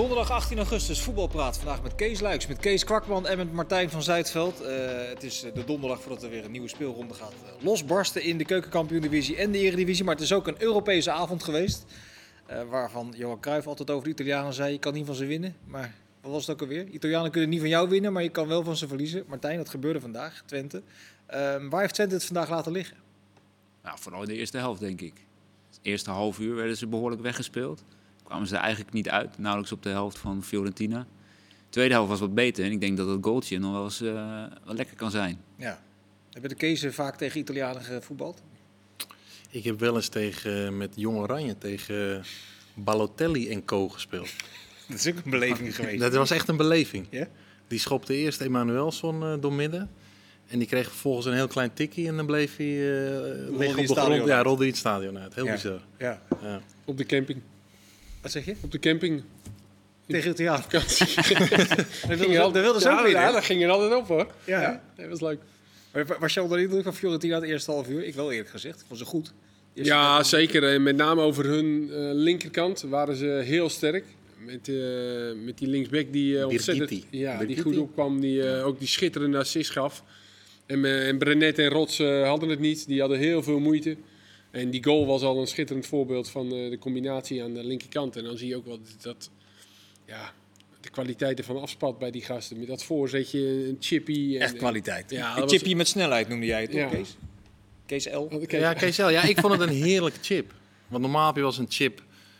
Donderdag 18 augustus, voetbalpraat. Vandaag met Kees Luijks, met Kees Kwakman en met Martijn van Zuidveld. Het is de donderdag voordat er weer een nieuwe speelronde gaat losbarsten in de Keukenkampioen-divisie en de Eredivisie. Maar het is ook een Europese avond geweest. Waarvan Johan Cruijff altijd over de Italianen zei, je kan niet van ze winnen. Maar wat was het ook alweer? Italianen kunnen niet van jou winnen, maar je kan wel van ze verliezen. Martijn, dat gebeurde vandaag, Twente. Waar heeft Twente het vandaag laten liggen? Nou, vooral in de eerste helft, denk ik. De eerste half uur werden ze behoorlijk weggespeeld. Kwamen ze er eigenlijk niet uit, nauwelijks op de helft van Fiorentina. De tweede helft was wat beter en ik denk dat het goaltje nog wel eens wel lekker kan zijn. Ja. Hebben de Kezen vaak tegen Italianen gevoetbald? Ik heb wel eens met Jong Oranje tegen Balotelli en Co. gespeeld. Dat is ook een beleving geweest. Dat was echt een beleving. Ja? Die schopte eerst Emanuelsson door midden. En die kreeg vervolgens een heel klein tikkie en dan bleef hij liggen op de grond. Ja, rolde hij het stadion uit. Heel bizar. Ja. Ja. Op de camping. Wat zeg je? Op de camping. Tegen Italianen. Dat wilden ze ook winnen. Ja, dat ging er altijd op hoor. Ja. Dat was leuk. Maar was je onder de indruk van Fiorentina het eerste half uur? Ik wel eerlijk gezegd. Ik vond ze goed. Ja, zeker. En met name over hun linkerkant waren ze heel sterk. Met die linksback die ontzettend die goed opkwam. Die ook die schitterende assist gaf. En Brenet en Rots hadden het niet. Die hadden heel veel moeite. En die goal was al een schitterend voorbeeld van de combinatie aan de linkerkant. En dan zie je ook wel dat de kwaliteiten van afspat bij die gasten. Met dat voorzetje, een chippy. Echt kwaliteit. Ja, een chippy met snelheid noemde jij het, toch, Ja. Kees? Kees L. Ja, Kees L. Ja, ik vond het een heerlijke chip. Want normaal heb je wel eens een chip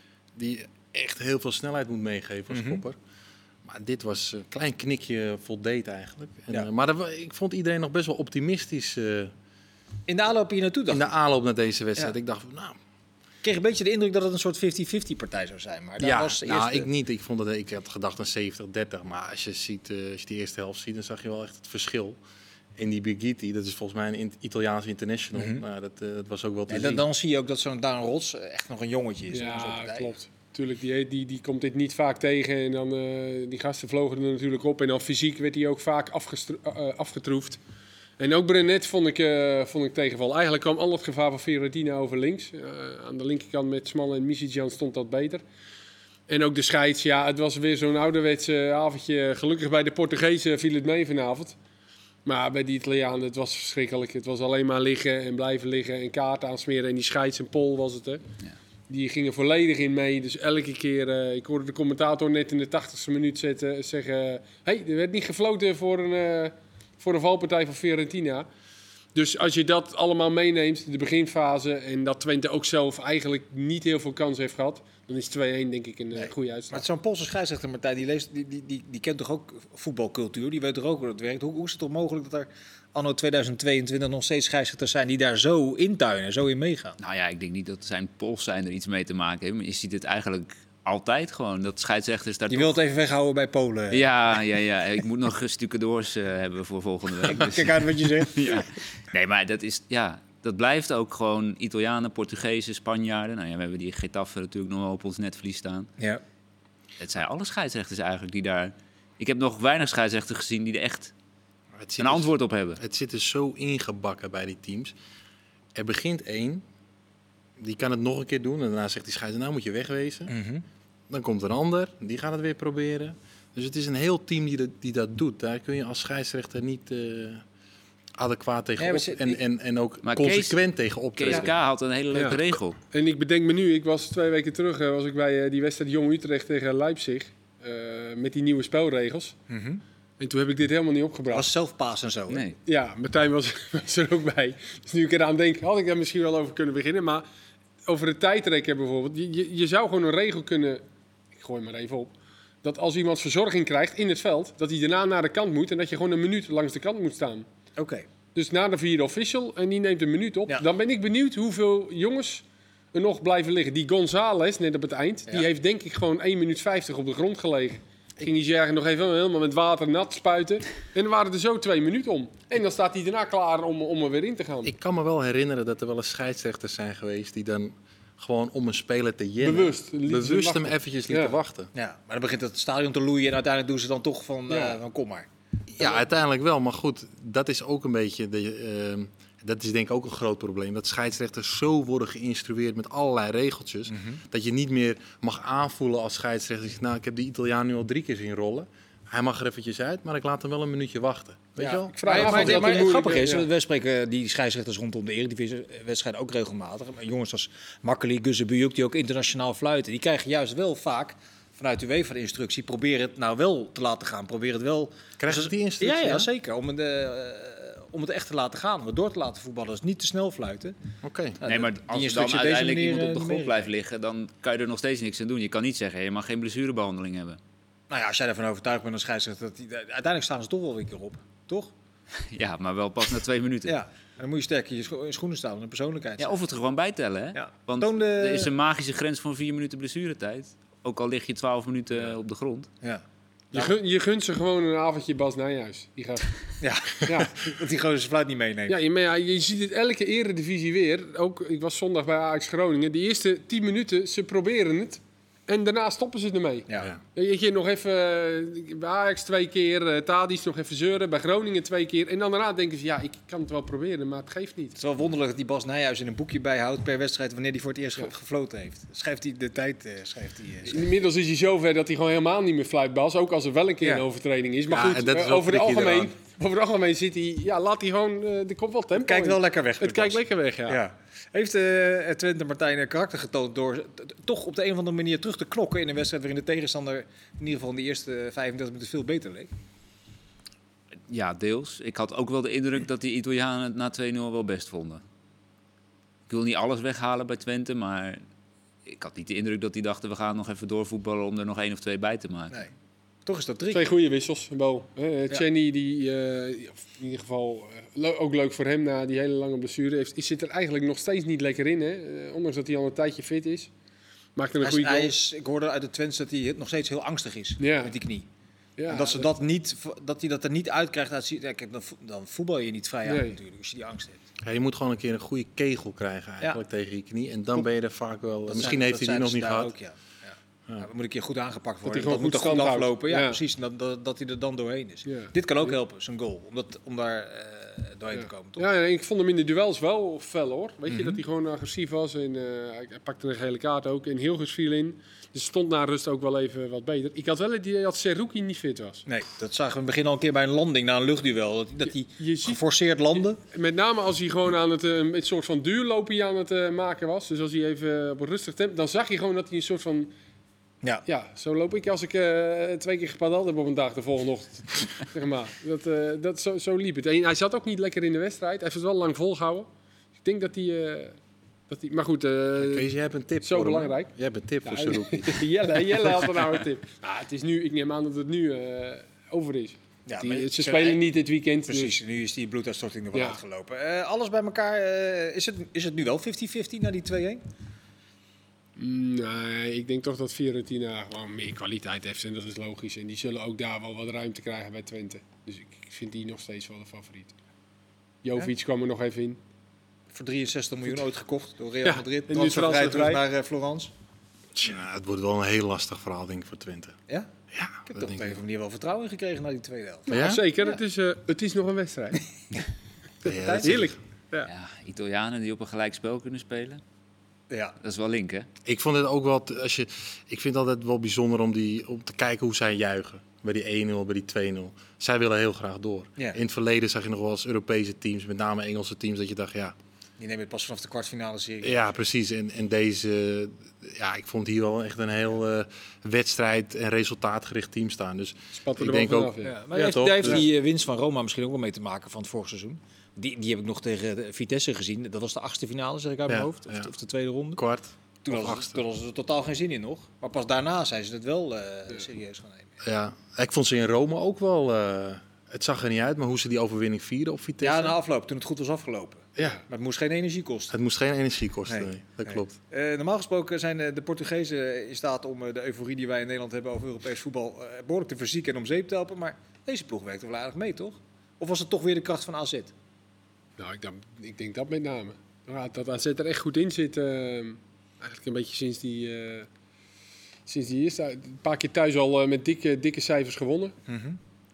die echt heel veel snelheid moet meegeven als kopper. Maar dit was een klein knikje voldeed eigenlijk. En, Ja. maar ik vond iedereen nog best wel optimistisch In de aanloop hier naartoe dacht in ik. de aanloop naar deze wedstrijd. Ja. Ik dacht, nou... Ik kreeg een beetje de indruk dat het een soort 50-50 partij zou zijn. Maar daar was eerst ik niet. Ik had gedacht een 70-30. Maar als je die eerste helft ziet, dan zag je wel echt het verschil. En die Birgitti, dat is volgens mij een Italiaanse international. Nou, dat was ook wel te zien. Dan zie je ook dat zo'n Daan Rots echt nog een jongetje is. in zo'n Ja, partij. klopt. Tuurlijk, die komt dit niet vaak tegen. En dan, die gasten vlogen er natuurlijk op. En dan fysiek werd hij ook vaak afgetroefd. En ook Brenet vond ik tegenval. Eigenlijk kwam al het gevaar van Fiorentina over links. Aan de linkerkant met Smal en Misicjan stond dat beter. En ook de scheids, het was weer zo'n ouderwetse avondje. Gelukkig bij de Portugezen viel het mee vanavond. Maar bij die Italianen, het was verschrikkelijk. Het was alleen maar liggen en blijven liggen en kaarten aansmeren. En die scheids en Pol was het, hè. Ja. Die gingen volledig in mee. Dus elke keer, ik hoorde de commentator net in de 80ste minuut zeggen... er werd niet gefloten voor een valpartij van Fiorentina. Dus als je dat allemaal meeneemt, de beginfase... en dat Twente ook zelf eigenlijk niet heel veel kans heeft gehad... dan is 2-1 denk ik een goede uitslag. Maar zo'n Poolse scheidsrechter, Martijn, die kent toch ook voetbalcultuur? Die weet toch ook hoe het werkt? Hoe is het toch mogelijk dat er anno 2022 nog steeds scheidsrechters zijn... die daar zo intuinen, zo in meegaan? Nou ja, ik denk niet dat zijn Pools zijn er iets mee te maken heeft. Maar je ziet het eigenlijk altijd gewoon. Dat scheidsrechters daar Je wilt het even weghouden bij Polen. Ja. Ik moet nog stucadoors hebben voor volgende week. Dus... Kijk uit wat je zegt. Ja. Nee, maar dat is... Ja, dat blijft ook gewoon Italianen, Portugezen, Spanjaarden. Nou ja, we hebben die Getafe natuurlijk nog wel op ons netvlies staan. Ja. Het zijn alle scheidsrechters eigenlijk die daar... Ik heb nog weinig scheidsrechters gezien die er echt een antwoord op hebben. Het zit dus zo ingebakken bij die teams. Er begint één, die kan het nog een keer doen. En daarna zegt die scheidsrechter, nou moet je wegwezen. Dan komt een ander, die gaat het weer proberen. Dus het is een heel team die dat doet. Daar kun je als scheidsrechter niet... adequaat tegenop en ook maar consequent tegenop. KSK had een hele leuke regel. En ik bedenk me nu, ik was 2 weken terug was ik bij die wedstrijd Jong Utrecht tegen Leipzig. Met die nieuwe spelregels. En toen heb ik dit helemaal niet opgebracht. Was zelfpaas en zo. Nee. Ja, Martijn was er ook bij. Dus nu ik eraan denk, had ik daar misschien wel over kunnen beginnen. Maar over het tijdrekken bijvoorbeeld. Je zou gewoon een regel kunnen... Ik gooi maar even op. Dat als iemand verzorging krijgt in het veld, dat hij daarna naar de kant moet. En dat je gewoon een minuut langs de kant moet staan. Oké. Dus na de 4e official, en die neemt een minuut op. Ja. Dan ben ik benieuwd hoeveel jongens er nog blijven liggen. Die González, net op het eind, die heeft denk ik gewoon 1 minuut 50 op de grond gelegen. Ging hij zeggen nog even helemaal met water nat spuiten. En dan waren er zo 2 minuten om. En dan staat hij daarna klaar om er weer in te gaan. Ik kan me wel herinneren dat er wel eens scheidsrechters zijn geweest... die dan gewoon om een speler te jennen... bewust hem eventjes lieten wachten. Ja, maar dan begint het stadion te loeien... en uiteindelijk doen ze dan toch van kom maar. Ja, uiteindelijk wel. Maar goed, dat is ook een beetje Dat is denk ik ook een groot probleem. Dat scheidsrechters zo worden geïnstrueerd met allerlei regeltjes. Dat je niet meer mag aanvoelen als scheidsrechter. Nou, ik heb die Italiaan nu al 3 keer zien rollen. Hij mag er eventjes uit, maar ik laat hem wel een minuutje wachten. Weet je wel? Ik vraag me af Maar of dat een het moeilijke- grappige is, ja. we spreken die scheidsrechters rondom de Eredivisie-wedstrijden ook regelmatig. Maar jongens als Makkeli, Guzebuyuk, die ook internationaal fluiten, die krijgen juist wel vaak vanuit de UEFA de instructie, probeer het nou wel te laten gaan. Probeer het wel... Krijgen ze die instructie? Ja, zeker. Om het echt te laten gaan, om het door te laten voetballen. Dus niet te snel fluiten. Oké. Ja, Nee, maar die als er dan instructie op deze uiteindelijk manier, iemand op de niet grond meer. blijft liggen, dan kan je er nog steeds niks aan doen. Je kan niet zeggen, je mag geen blessurebehandeling hebben. Nou ja, als jij ervan overtuigd bent als scheidsrechter, uiteindelijk staan ze toch wel een keer op. Toch? Ja, maar wel pas na 2 minuten. Ja. En dan moet je sterk in je schoenen staan, een persoonlijkheid. Ja, of het er gewoon bijtellen, hè? Ja. Want Toon de- er is een magische grens van 4 minuten blessuretijd. Ook al lig je 12 minuten op de grond. Ja. Je gunt ze gewoon een avondje Bas Nijhuis. Die gaat... Ja. Ja. Dat die gozer zijn fluit niet meeneemt. Je ziet het elke eredivisie weer. Ook, ik was zondag bij Ajax Groningen. De eerste 10 minuten, ze proberen het. En daarna stoppen ze ermee. Ja. Je ging nog even bij Ajax 2 keer, Tadic nog even zeuren. Bij Groningen 2 keer. En dan daarna denken ze, ja, ik kan het wel proberen, maar het geeft niet. Het is wel wonderlijk dat die Bas Nijhuis in een boekje bijhoudt per wedstrijd wanneer hij voor het eerst gefloten heeft. Schrijft hij de tijd, Inmiddels is hij zover dat hij gewoon helemaal niet meer fluit, Bas. Ook als er wel een keer Ja. een overtreding is. Maar Ja, en goed, dat is ook over tricky het algemeen zit hij... Ja, laat hij gewoon de kop wel tempo Kijkt in. wel lekker weg. Het kijkt lekker weg, ja. Ja. Heeft Twente Martijn karakter getoond door toch op de een of andere manier terug te klokken in een wedstrijd waarin de tegenstander in ieder geval in de eerste 35 minuten veel beter leek? Ja, deels. Ik had ook wel de indruk dat die Italianen het na 2-0 wel best vonden. Ik wil niet alles weghalen bij Twente, maar ik had niet de indruk dat die dachten, we gaan nog even doorvoetballen om er nog 1 of 2 bij te maken. Nee. Toch is dat drie. 2 goede wissels, Bo. Chenny, die in ieder geval ook leuk voor hem na die hele lange blessure heeft. Zit er eigenlijk nog steeds niet lekker in, hè? Ondanks dat hij al een tijdje fit is. Maakt er een goede goal. Ik hoorde uit de Twents dat hij nog steeds heel angstig is Ja. met die knie. Ja, En dat hij dat er niet uitkrijgt uit. Ja, kijk, dan voetbal je niet vrij uit Nee. natuurlijk, als je die angst hebt. Ja, je moet gewoon een keer een goede kegel krijgen eigenlijk tegen je knie. En dan ben je er vaak wel... Dat misschien zijn- heeft dat hij die nog zijn niet ze daar gehad. ook, ja. Ja, dat moet een keer goed aangepakt worden. hij gewoon Dat moet goed er goed stand houdt. aflopen. Ja, Ja. precies. En dat hij er dan doorheen is. Ja. Dit kan ook helpen, zo'n goal. Om daar doorheen te komen, toch? Ja, en ik vond hem in de duels wel fel, hoor. Weet je, dat hij gewoon agressief was. En hij pakte een gele kaart ook. En Hilgers viel in. Dus stond na rust ook wel even wat beter. Ik had wel het idee dat Seruki niet fit was. Nee, dat zagen we in het begin al een keer bij een landing, na een luchtduel. Dat hij Je ziet, geforceerd landde. met name als hij gewoon aan een soort van duurloopje aan het maken was. Dus als hij even op een rustig tempo... Dan zag je gewoon dat hij een soort van... Ja. Ja, zo loop ik als ik 2 keer gepadeld heb op een dag de volgende ochtend. Zeg maar. Zo liep het. En hij zat ook niet lekker in de wedstrijd. Hij heeft het wel lang volgehouden. Ik denk dat hij... maar goed, Kees, jij hebt een tip zo voor hem, hè? belangrijk. Jij hebt een tip voor Ja, Seruki. Jelle had er nou een tip. Nou, het is nu, ik neem aan dat het nu over is. Ja, Die- maar- ze spelen niet dit weekend. Precies, Dus, nu is die bloeduitstorting er wel Ja. uitgelopen. Alles bij elkaar, is het nu wel 50-50 na die 2-1? nee, ik denk toch dat Fiorentina gewoon meer kwaliteit heeft. En dat is logisch. En die zullen ook daar wel wat ruimte krijgen bij Twente. Dus ik vind die nog steeds wel de favoriet. Jovic kwam er nog even in. Voor 63 miljoen ooit gekocht door Real Ja, Madrid. en nu Transfervrij terug transfervrij. naar Florence. Tja, het wordt wel een heel lastig verhaal, denk ik, voor Twente. Ja? Ja, Ik heb dat toch op denk een of andere manier wel vertrouwen in gekregen na die tweede helft. Ja? Ja, zeker, Ja. het is nog een wedstrijd. Ja, dat is- Heerlijk. Ja, Italianen die op een gelijk spel kunnen spelen, Ja. dat is wel link, hè? Ik vond het ook wel... Ik vind het altijd wel bijzonder om te kijken hoe zij juichen. Bij die 1-0, bij die 2-0. Zij willen heel graag door. Ja. In het verleden zag je nog wel eens Europese teams, met name Engelse teams, dat je dacht, ja, Die nemen het pas vanaf de kwartfinale serie. ja precies. En deze, ja, ik vond hier wel echt een heel wedstrijd- en resultaatgericht team staan. Dus Spat er ik wel denk ook... vanaf, ja. Ja, maar Ja, heeft, toch? daar heeft Dus- die winst van Roma misschien ook wel mee te maken van het vorige seizoen. Die heb ik nog tegen Vitesse gezien. Dat was de 8e finale, zeg ik uit mijn Ja, hoofd. ja. Of de tweede ronde. kwart. Toen of hadden achtste. ze er totaal geen zin in nog. Maar pas daarna zijn ze het wel serieus gaan nemen. Ja, ik vond ze in Rome ook wel... het zag er niet uit, maar hoe ze die overwinning vierden op Vitesse. Ja, na afloop, toen het goed was afgelopen. Ja, Maar het moest geen energie kosten. het moest geen energie kosten. Nee. Nee, dat Nee. klopt. Normaal gesproken zijn de Portugezen in staat om de euforie die wij in Nederland hebben over Europees voetbal behoorlijk te verzieken en om zeep te helpen. Maar deze ploeg werkte wel aardig mee, toch? Of was het toch weer de kracht van AZ? Nou, ik denk dat met name. Ja, dat AZ er echt goed in zit. Eigenlijk een beetje sinds die eerste. Een paar keer thuis al met dikke cijfers gewonnen.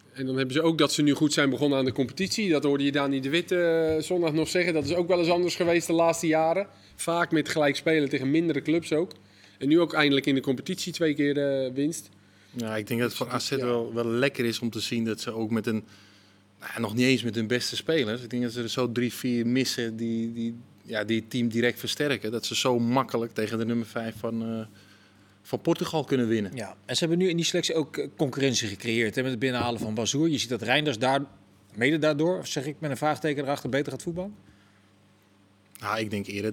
En dan hebben ze ook dat ze nu goed zijn begonnen aan de competitie. Dat hoorde je Dani de Wit zondag nog zeggen. Dat is ook wel eens anders geweest de laatste jaren. Vaak met gelijk spelen tegen mindere clubs ook. En nu ook eindelijk in de competitie 2 keer winst. Ja, ik denk dat het voor AZ wel lekker is om te zien dat ze ook met een... Nou, nog niet eens met hun beste spelers. Ik denk dat ze er zo 3-4 missen die het team direct versterken. Dat ze zo makkelijk tegen de nummer 5 van Portugal kunnen winnen. Ja, en ze hebben nu in die selectie ook concurrentie gecreëerd met het binnenhalen van Bazoer. Je ziet dat Reinders mede daardoor, of zeg ik met een vraagteken erachter, beter gaat voetballen? Nou, ik denk eerder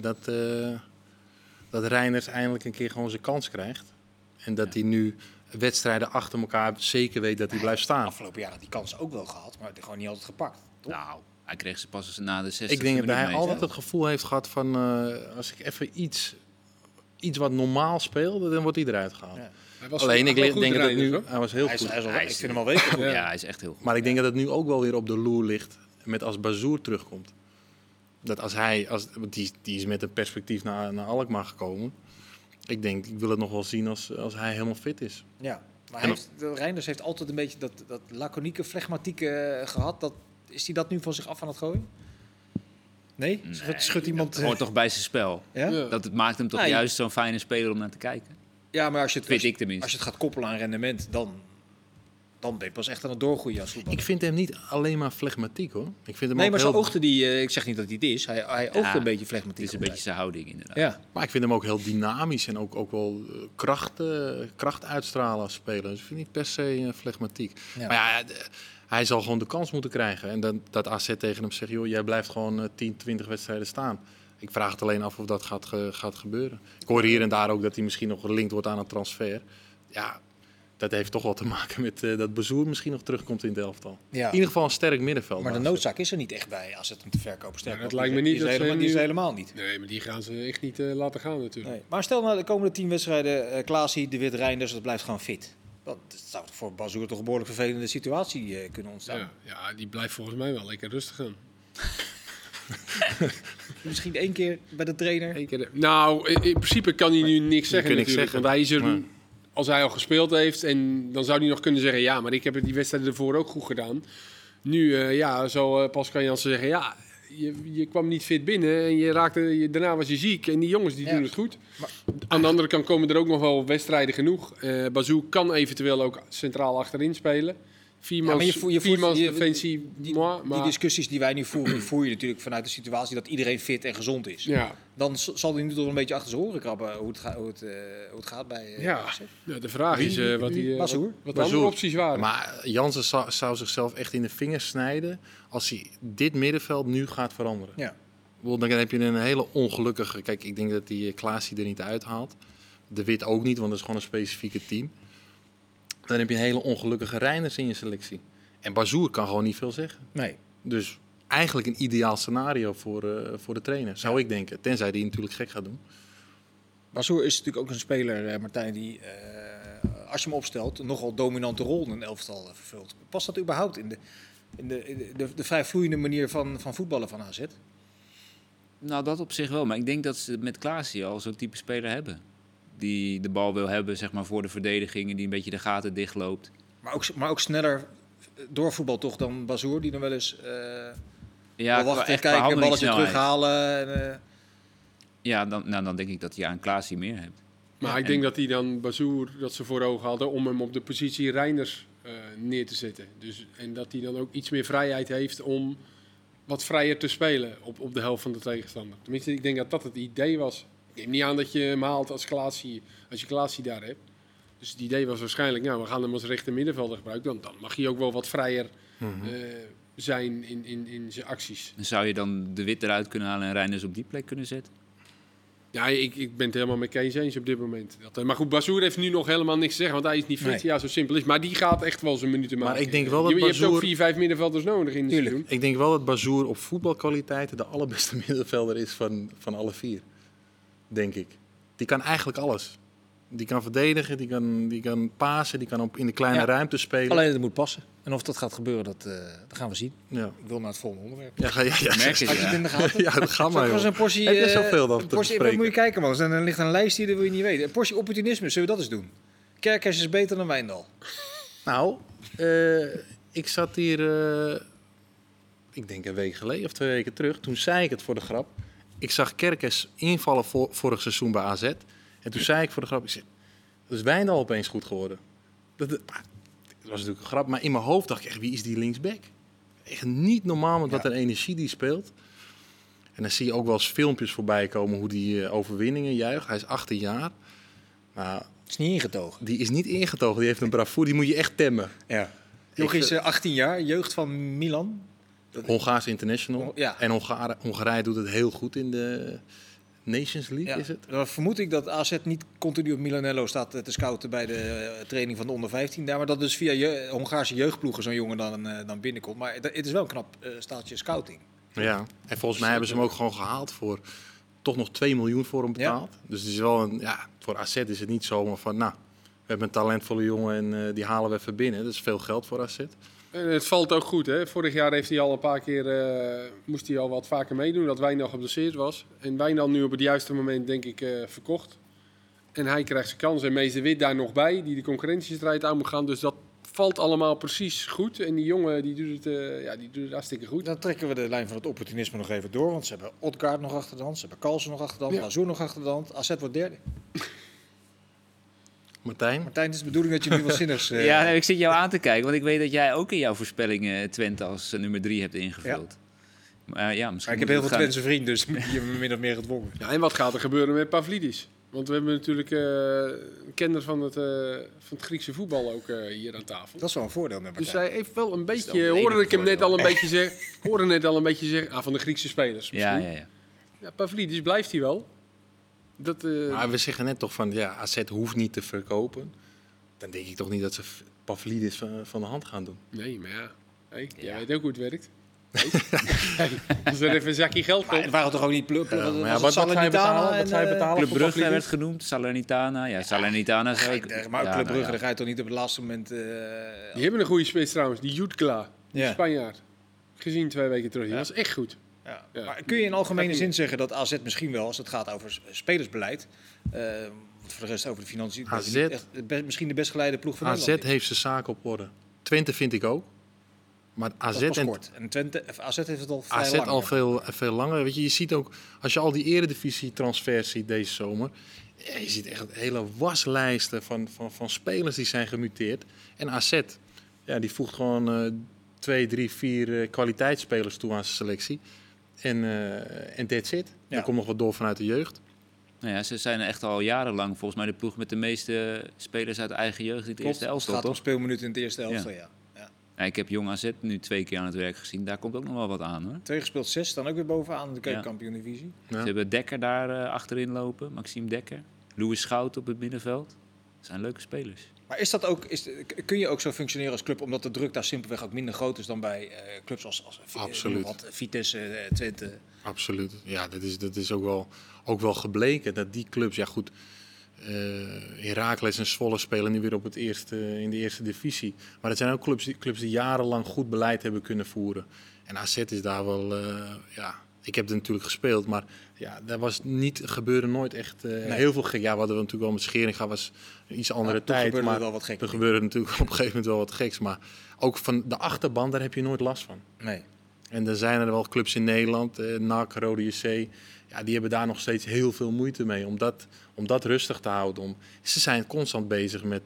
dat Reinders eindelijk een keer gewoon zijn kans krijgt. En dat hij nu wedstrijden achter elkaar zeker weet dat hij blijft staan. Afgelopen jaar had die kans ook wel gehad, maar gewoon niet altijd gepakt. Toch? Nou, hij kreeg ze pas na de 60 Ik denk dat hij mee, altijd hè? het gevoel heeft gehad van... als ik even iets wat normaal speelde, dan wordt hij eruit gehaald. Ja. Hij was Alleen, ik wel goed denk dat het nu... Reinders, hoor. Hij was heel Hij is, goed. ik vind hem al weken goed. Ja, hij is echt heel goed. Maar ik denk dat het nu ook wel weer op de loer ligt met als Bazoer terugkomt. Dat want die is met een perspectief naar Alkmaar gekomen. Ik wil het nog wel zien als hij helemaal fit is. Ja, maar Reinders heeft altijd een beetje dat laconieke, flegmatieke gehad. Is hij dat nu van zich af aan het gooien? Nee? Schudt iemand... Het hoort toch bij zijn spel. Ja? Ja. Dat het maakt hem toch Nee. juist zo'n fijne speler om naar te kijken. Ja, maar als je Vind ik tenminste. als je het gaat koppelen aan rendement, dan ben je pas echt aan het doorgroeien als voetballer. Ik vind hem niet alleen maar flegmatiek, hoor. Ik vind hem Nee, ook maar heel, zo oogde die... ik zeg niet dat hij het is. Hij oogde een beetje flegmatiek. Het is een beetje zijn houding inderdaad. Ja. Maar ik vind hem ook heel dynamisch en ook wel kracht uitstralen als speler. Dus ik vind niet per se flegmatiek. Ja. Maar ja, hij zal gewoon de kans moeten krijgen. En dat AZ tegen hem zegt, joh, jij blijft gewoon 10, 20 wedstrijden staan. Ik vraag het alleen af of dat gaat gebeuren. Ik hoor hier en daar ook dat hij misschien nog gelinkt wordt aan een transfer. Ja, dat heeft toch wel te maken met dat Bazoer misschien nog terugkomt in het elftal. Ja. In ieder geval een sterk middenveld. Maar de AZ. noodzaak is er niet echt bij als het hem te verkopen. Sterker Ja, dat nog, lijkt me niet Die dat is ze helemaal, die is nu- helemaal niet. Nee, maar die gaan ze echt niet laten gaan natuurlijk. Nee. Maar stel nou de komende 10 wedstrijden, Klaasie, De Wit, Reinders, dat blijft gewoon fit. Dat zou voor Bazoer toch een behoorlijk vervelende situatie kunnen ontstaan. Ja, die blijft volgens mij wel lekker rustig aan. Misschien 1 keer bij de trainer. Nou, in principe kan hij nu niks zeggen kan niks natuurlijk. zeggen. Want hij is er, Maar- als hij al gespeeld heeft, en dan zou hij nog kunnen zeggen... ja, maar ik heb die wedstrijden ervoor ook goed gedaan. Nu zal Pascal Jansen zeggen... ja, je kwam niet fit binnen en daarna was je ziek. En die jongens die Ja. doen het goed. Maar- Aan de andere kant komen er ook nog wel wedstrijden genoeg. Bazou kan eventueel ook centraal achterin spelen. maar je voert- Viermans je- defensie, Die maar discussies die wij nu voeren, voer je natuurlijk vanuit de situatie dat iedereen fit en gezond is. ja. Dan zal hij nu toch een beetje achter zijn oren krabben hoe het gaat bij Ja. AZ. Ja, de vraag is wat die Bazoer? wat de andere opties waren. Maar Jansen zou zichzelf echt in de vingers snijden als hij dit middenveld nu gaat veranderen. Ja. Ik bedoel, dan heb je een hele ongelukkige... Kijk, ik denk dat die Klaasie er niet uithaalt. De Wit ook niet, want dat is gewoon een specifieke team. Dan heb je een hele ongelukkige Reinders in je selectie. En Bazoer kan gewoon niet veel zeggen. Nee. Dus eigenlijk een ideaal scenario voor de trainer, zou ik denken. Tenzij die natuurlijk gek gaat doen. Bazoer is natuurlijk ook een speler, Martijn, die als je hem opstelt, een nogal dominante rol in een elftal vervult. Past dat überhaupt in de vrij vloeiende manier van voetballen van AZ? Nou, dat op zich wel. Maar ik denk dat ze met Klaasie al zo'n type speler hebben. Die de bal wil hebben, zeg maar, voor de verdediging en die een beetje de gaten dichtloopt. Maar ook sneller doorvoetbal toch dan Bazoer, die dan wel eens Ja, wel wachten, echt qua kijken, een balletje handelingssnelheid. terughalen. En, Ja, dan denk ik dat je aan Klaasie meer hebt. Maar Ja, ik en- denk dat hij dan Bazoer dat ze voor ogen hadden om hem op de positie Reinders neer te zetten. Dus, en dat hij dan ook iets meer vrijheid heeft om wat vrijer te spelen op de helft van de tegenstander. Tenminste, ik denk dat dat het idee was. Ik neem niet aan dat je hem haalt als je Klaasie daar hebt. Dus het idee was waarschijnlijk, nou, we gaan hem als rechter middenvelder gebruiken. Dan mag hij ook wel wat vrijer zijn in zijn acties. Dan zou je dan de Wit eruit kunnen halen en Reinders op die plek kunnen zetten. Ja, ik ben het helemaal met Kees eens op dit moment. Maar goed, Bazoer heeft nu nog helemaal niks te zeggen, want hij is niet fit. Nee. Ja, zo simpel is. Maar die gaat echt wel zijn minuten maken. Maar ik denk wel dat je hebt ook Bazoer- 4-5 middenvelders nodig in het Tuurlijk. seizoen. Ik denk wel dat Bazoer op voetbalkwaliteiten de allerbeste middenvelder is van alle 4. Denk ik. Die kan eigenlijk alles. Die kan verdedigen, die kan pasen, die kan in de kleine Ja. ruimte spelen. alleen het moet passen. En of dat gaat gebeuren, dat gaan we zien. Ja. Ik wil naar het volgende onderwerp. Ja, Merk je, Had je het ja. in de gaten? ja, dat gaat Zal maar. ik wel eens joh. een portie... Heb je zoveel dan een te portie, bespreken? moet je kijken, man. Er ligt een lijstje, dat wil je niet weten. Een portie opportunisme, zullen we dat eens doen? Kerkers is beter dan Wijndal. Nou, ik zat hier, ik denk een week geleden of 2 weken terug. Toen zei ik het voor de grap. Ik zag Kerkers invallen vorig seizoen bij AZ. En toen zei ik voor de grap, ik zeg, dat is Wijndal opeens goed geworden. Dat was natuurlijk een grap, maar in mijn hoofd dacht ik echt, wie is die linksback? Echt niet normaal met wat een energie die speelt. En dan zie je ook wel eens filmpjes voorbij komen hoe die overwinningen juicht. Hij is 18 jaar. Nou, Is niet ingetogen. die is niet ingetogen. Die heeft een bravoure. Die moet je echt temmen. Ja. Nog eens 18 jaar, jeugd van Milan. Hongaars international. Ja. En Hongarije doet het heel goed in de Nations League, Ja. is het? Dan vermoed ik dat AZ niet continu op Milanello staat te scouten bij de training van de onder 15 daar. Maar dat dus via Hongaarse jeugdploegen zo'n jongen dan binnenkomt. Maar het is wel een knap staaltje scouting. Ja. En volgens mij hebben ze hem ook gewoon gehaald voor toch nog 2 miljoen voor hem betaald. Dus het is wel een, voor AZ is het niet zomaar van, nou, we hebben een talentvolle jongen en die halen we even binnen. Dat is veel geld voor AZ. En het valt ook goed, hè. Vorig jaar heeft hij al een paar keer, moest hij al wat vaker meedoen, dat Wijndal geblesseerd was. En Wijndal nu op het juiste moment, denk ik, verkocht. En hij krijgt zijn kans en Mees de Wit daar nog bij, die de concurrentiestrijd aan moet gaan. Dus dat valt allemaal precies goed. En die jongen, die doet het hartstikke goed. Dan trekken we de lijn van het opportunisme nog even door. Want ze hebben Odgaard nog achter de hand, ze hebben Carlsen nog achter de hand, Ja. Lazoer nog achter de hand. AZ wordt derde. Martijn? Martijn, het is de bedoeling dat je nu wat zinnigs... Ja, nee, ik zit jou aan te kijken, want ik weet dat jij ook in jouw voorspellingen Twente als nummer 3 hebt ingevuld. Maar ja, misschien Maar ik heb heel moet veel het Twentse vrienden, dus die hebben me min of meer gedwongen. Ja, en wat gaat er gebeuren met Pavlidis? Want we hebben natuurlijk een kenner van het Griekse voetbal ook hier aan tafel. Dat is wel een voordeel met Dus Martijn. hij heeft wel een wel beetje, een hoorde ik hem net voordeel. al een beetje zeggen, van de Griekse spelers gaan. misschien. Ja. Ja, Pavlidis blijft hij wel. Dat, Maar we zeggen net toch van, AZ hoeft niet te verkopen. Dan denk ik toch niet dat ze Pavlidis van de hand gaan doen. nee, maar ja. Hey, jij Ja. weet ook hoe het werkt. Hey, als er even een zakje geld Maar komt. het waren toch ook niet Wat ga je betalen? Wat ga je betalen Club voor Brugge Pavlidis? werd genoemd, Salernitana. Ja, Salernitana zou ik... Maar ook Ja, Club nou Brugge, ja. daar ga je toch niet op het laatste moment... Die hebben een goede spits trouwens, die Jutkla, die Ja. Spanjaard. Gezien 2 weken terug, die Ja. was echt goed. Ja. Ja. Maar kun je in algemene Gaat zin zeggen dat AZ misschien wel, als het gaat over spelersbeleid, want voor de rest over de financiën, dat AZ. niet echt misschien de best geleide ploeg van AZ Nederland is. heeft zijn zaken op orde. Twente vind ik ook. Maar Dat AZ is pas en kort. En Twente, AZ heeft het al vrij AZ lang. al veel langer. Weet je ziet ook, als je al die eredivisie-transfers ziet deze zomer, je ziet echt hele waslijsten van spelers die zijn gemuteerd. En AZ, die voegt gewoon 2, 3, 4 kwaliteitsspelers toe aan zijn selectie. En that's it. Ja. Er komt nog wat door vanuit de jeugd. Nou ja, ze zijn echt al jarenlang volgens mij de ploeg met de meeste spelers uit eigen jeugd in de Klopt, eerste het elftal, gaat om toch? speelminuten in het eerste elftal, ja. Ja, ik heb Jong AZ nu 2 keer aan het werk gezien. Daar komt ook nog wel wat aan, hoor. 2 gespeeld, 6, dan ook weer bovenaan in de keukenkampioen-divisie. Ja. Ze hebben Dekker daar achterin lopen, Maxime Dekker. Louis Schout op het middenveld. Dat zijn leuke spelers. Maar is dat ook, kun je ook zo functioneren als club, omdat de druk daar simpelweg ook minder groot is dan bij clubs als Absoluut. Vitesse, Twente? Absoluut. Ja, dat is ook wel gebleken. Dat die clubs, ja goed, Heracles en Zwolle spelen nu weer op in de eerste divisie. Maar het zijn ook clubs die jarenlang goed beleid hebben kunnen voeren. En AZ is daar wel, ik heb er natuurlijk gespeeld, maar ja, gebeurde nooit echt heel veel gek. Ja, we hadden natuurlijk wel met Scheringa, was een iets andere Ja, toen tijd. gebeurde Maar er wel wat gek. er gebeurde natuurlijk op een gegeven moment wel wat geks. Maar ook van de achterban, daar heb je nooit last van. Nee. En er zijn er wel clubs in Nederland, NAC, Rode JC, ja, die hebben daar nog steeds heel veel moeite mee om dat rustig te houden. Ze zijn constant bezig met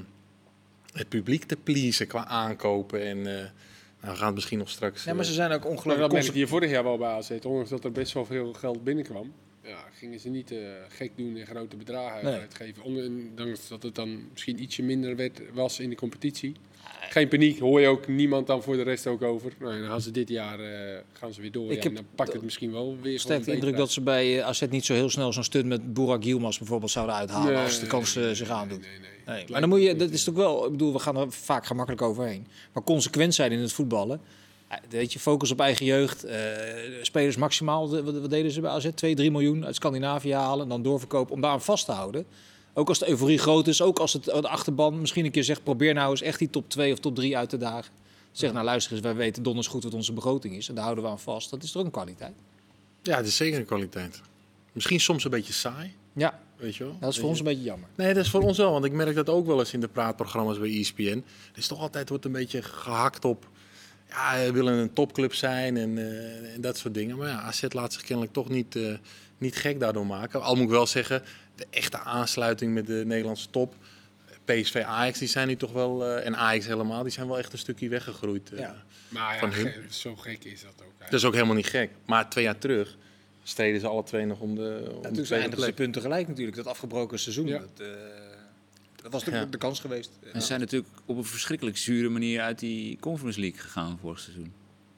het publiek te pleasen qua aankopen. En we gaan het misschien nog straks... Ja, maar ze zijn ook Maar ongelooflijk dat merkte je vorig jaar wel bij AZ. Ondanks dat er best wel veel geld binnenkwam. Ja, gingen ze niet gek doen en grote bedragen Nee. uitgeven. Ondanks dat het dan misschien ietsje minder was in de competitie. Geen paniek, hoor je ook niemand dan voor de rest ook over. Nou, en dan gaan ze dit jaar gaan ze weer door. Ik Ja, heb en dan pakt het misschien wel weer. sterk de indruk dat ze bij AZ niet zo heel snel zo'n stunt met Burak Yilmaz bijvoorbeeld zouden uithalen als de kans zich aandoet. Nee, maar dan moet je, dat is toch wel, ik bedoel, we gaan er vaak gemakkelijk overheen. Maar consequent zijn in het voetballen. Weet je, focus op eigen jeugd. Spelers maximaal, wat deden ze bij AZ? 2-3 miljoen uit Scandinavië halen en dan doorverkopen om daar aan vast te houden. Ook als de euforie groot is, ook als het de achterban misschien een keer zegt, probeer nou eens echt die top 2 of top 3 uit te dagen. Zeg, nou luister eens, wij weten donders goed wat onze begroting is en daar houden we aan vast. Dat is toch ook een kwaliteit? Ja, het is zeker een kwaliteit. Misschien soms een beetje saai. Ja, Weet je wel? dat is voor ons een beetje jammer. Nee, dat is voor ons wel. Want ik merk dat ook wel eens in de praatprogramma's bij ESPN. Er is toch altijd wordt een beetje gehakt op... Ja, we willen een topclub zijn en dat soort dingen. Maar ja, AZ laat zich kennelijk toch niet gek daardoor maken. Al moet ik wel zeggen, de echte aansluiting met de Nederlandse top... PSV, Ajax, die zijn nu toch wel... en Ajax helemaal, die zijn wel echt een stukje weggegroeid. Ja. Maar Van hun. zo gek is dat ook. Dat is ook helemaal niet gek. Maar 2 jaar terug streden ze alle twee nog om de Toen tweede eindigden ze plek. punten gelijk natuurlijk. Dat afgebroken seizoen. Ja. Dat was de kans geweest. En ze zijn natuurlijk op een verschrikkelijk zure manier uit die Conference League gegaan vorig seizoen.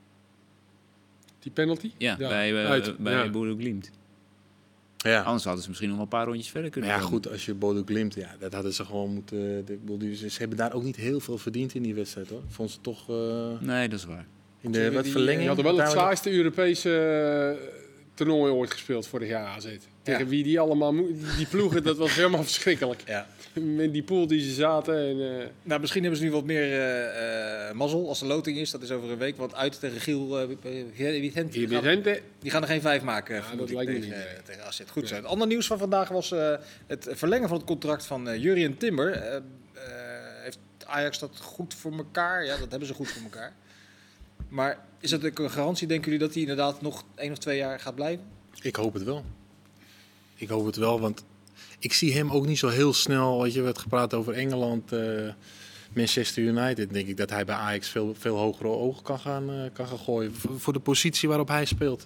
Die penalty? Ja, Ja, bij uit. Ja. Bodo Glimt. Ja. Anders hadden ze misschien nog wel een paar rondjes verder Maar kunnen ja, komen. goed, als je Bodo Glimt, ja, dat hadden ze gewoon moeten... Ze hebben daar ook niet heel veel verdiend in die wedstrijd, hoor. Vond ze toch Nee, dat is waar. in de Die verlenging... Je had wel het uiteindelijk- saaiste Europese toernooi ooit gespeeld vorig jaar AZ. Tegen wie die allemaal... Die ploegen, dat was helemaal verschrikkelijk. Ja. Met die pool die ze zaten. En, Nou, misschien hebben ze nu wat meer mazzel als de loting is. Dat is over een week. Want uit tegen Giel Vicente. Die gaan er geen 5 maken. Ja, vermoed dat ik, lijkt me tegen, niet, tegen AZ. Goed zo. Ja. Het andere nieuws van vandaag was het verlengen van het contract van Jurrien Timber. Heeft Ajax dat goed voor elkaar? Ja, dat hebben ze goed voor elkaar. Maar is dat ook een garantie, denken jullie, dat hij inderdaad nog 1 of 2 jaar gaat blijven? Ik hoop het wel. Ik hoop het wel, want ik zie hem ook niet zo heel snel... Weet je, we hebben gepraat over Engeland, Manchester United. Denk ik dat hij bij Ajax veel hogere ogen kan gaan gooien. Voor de positie waarop hij speelt.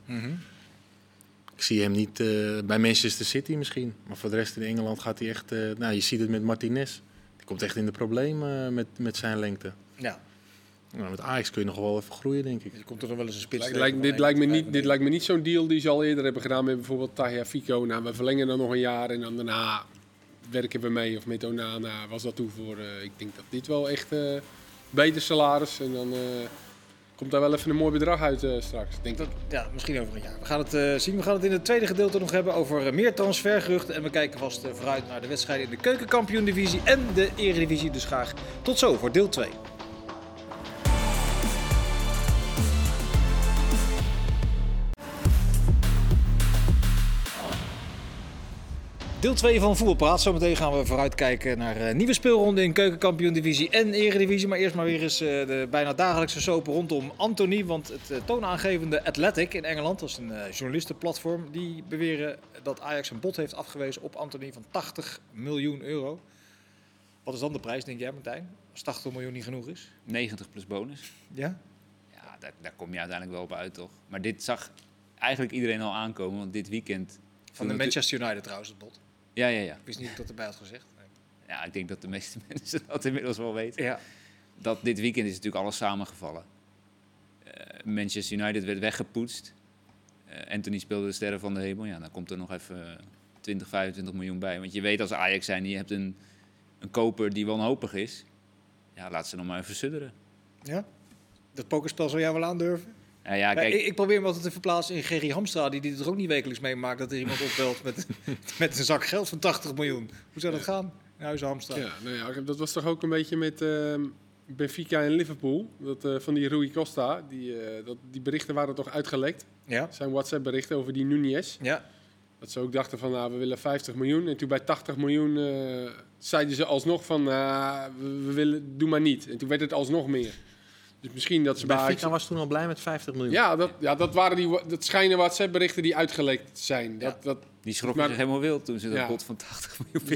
Ik zie hem niet bij Manchester City misschien. Maar voor de rest in Engeland gaat hij echt... nou, je ziet het met Martinez. Die komt echt in de problemen met zijn lengte. Ja. Nou, met Ajax kun je nog wel even groeien, denk ik. Je komt er nog wel eens een spits dit lijkt me niet zo'n deal die ze al eerder hebben gedaan met bijvoorbeeld Tagliafico. Nou, we verlengen dan nog een jaar en dan daarna werken we mee. Of met Onana was dat toen voor... ik denk dat dit wel echt beter salaris. En dan komt daar wel even een mooi bedrag uit straks, denk ik. Ja, misschien over een jaar. We gaan het zien. We gaan het in het tweede gedeelte nog hebben over meer transfergeruchten. En we kijken vast vooruit naar de wedstrijden in de Keukenkampioen-divisie en de Eredivisie. Dus graag tot zo voor deel 2. Deel 2 van Voetbalpraat. Zometeen gaan we vooruitkijken naar nieuwe speelronden in Keukenkampioen-divisie en Eredivisie. Maar eerst maar weer eens de bijna dagelijkse soap rondom Anthony. Want het toonaangevende Athletic in Engeland, dat is een journalistenplatform, die beweren dat Ajax een bod heeft afgewezen op Anthony van 80 miljoen euro. Wat is dan de prijs, denk jij, Martijn? Als 80 miljoen niet genoeg is? 90 plus bonus. Ja? Ja, daar kom je uiteindelijk wel op uit, toch? Maar dit zag eigenlijk iedereen al aankomen, want dit weekend... Van de Manchester United trouwens, het bod. Ja. Ik wist niet of dat erbij had gezegd. Nee. Ja, ik denk dat de meeste mensen dat inmiddels wel weten. Ja. Dat dit weekend is natuurlijk alles samengevallen. Manchester United werd weggepoetst. Anthony speelde de sterren van de hemel. Ja, dan komt er nog even 20, 25 miljoen bij. Want je weet als Ajax zijn, je hebt een koper die wanhopig is. Ja, laat ze nog maar even sudderen. Ja? Dat pokerspel zou jij wel aandurven? Ja, kijk, Ik probeer me altijd te verplaatsen in Gerry Hamstra, die het er ook niet wekelijks meemaakt dat er iemand opbelt met een zak geld van 80 miljoen. Hoe zou dat gaan? In Huizen Hamstra. Ja, nou ja, dat was toch ook een beetje met Benfica en Liverpool. Van die Rui Costa. Die berichten waren toch uitgelekt. Ja. Zijn WhatsApp-berichten over die Núñez. Ja. Dat ze ook dachten van, nou, we willen 50 miljoen. En toen bij 80 miljoen zeiden ze alsnog van, we willen, doe maar niet. En toen werd het alsnog meer. Dus misschien dat ze bij Ajax... Benfica was toen al blij met 50 miljoen. dat waren dat schijnen WhatsApp-berichten die uitgelekt zijn. Ja. die schrokken maar- zich helemaal wild toen ze dat Ja. bod van 80 miljoen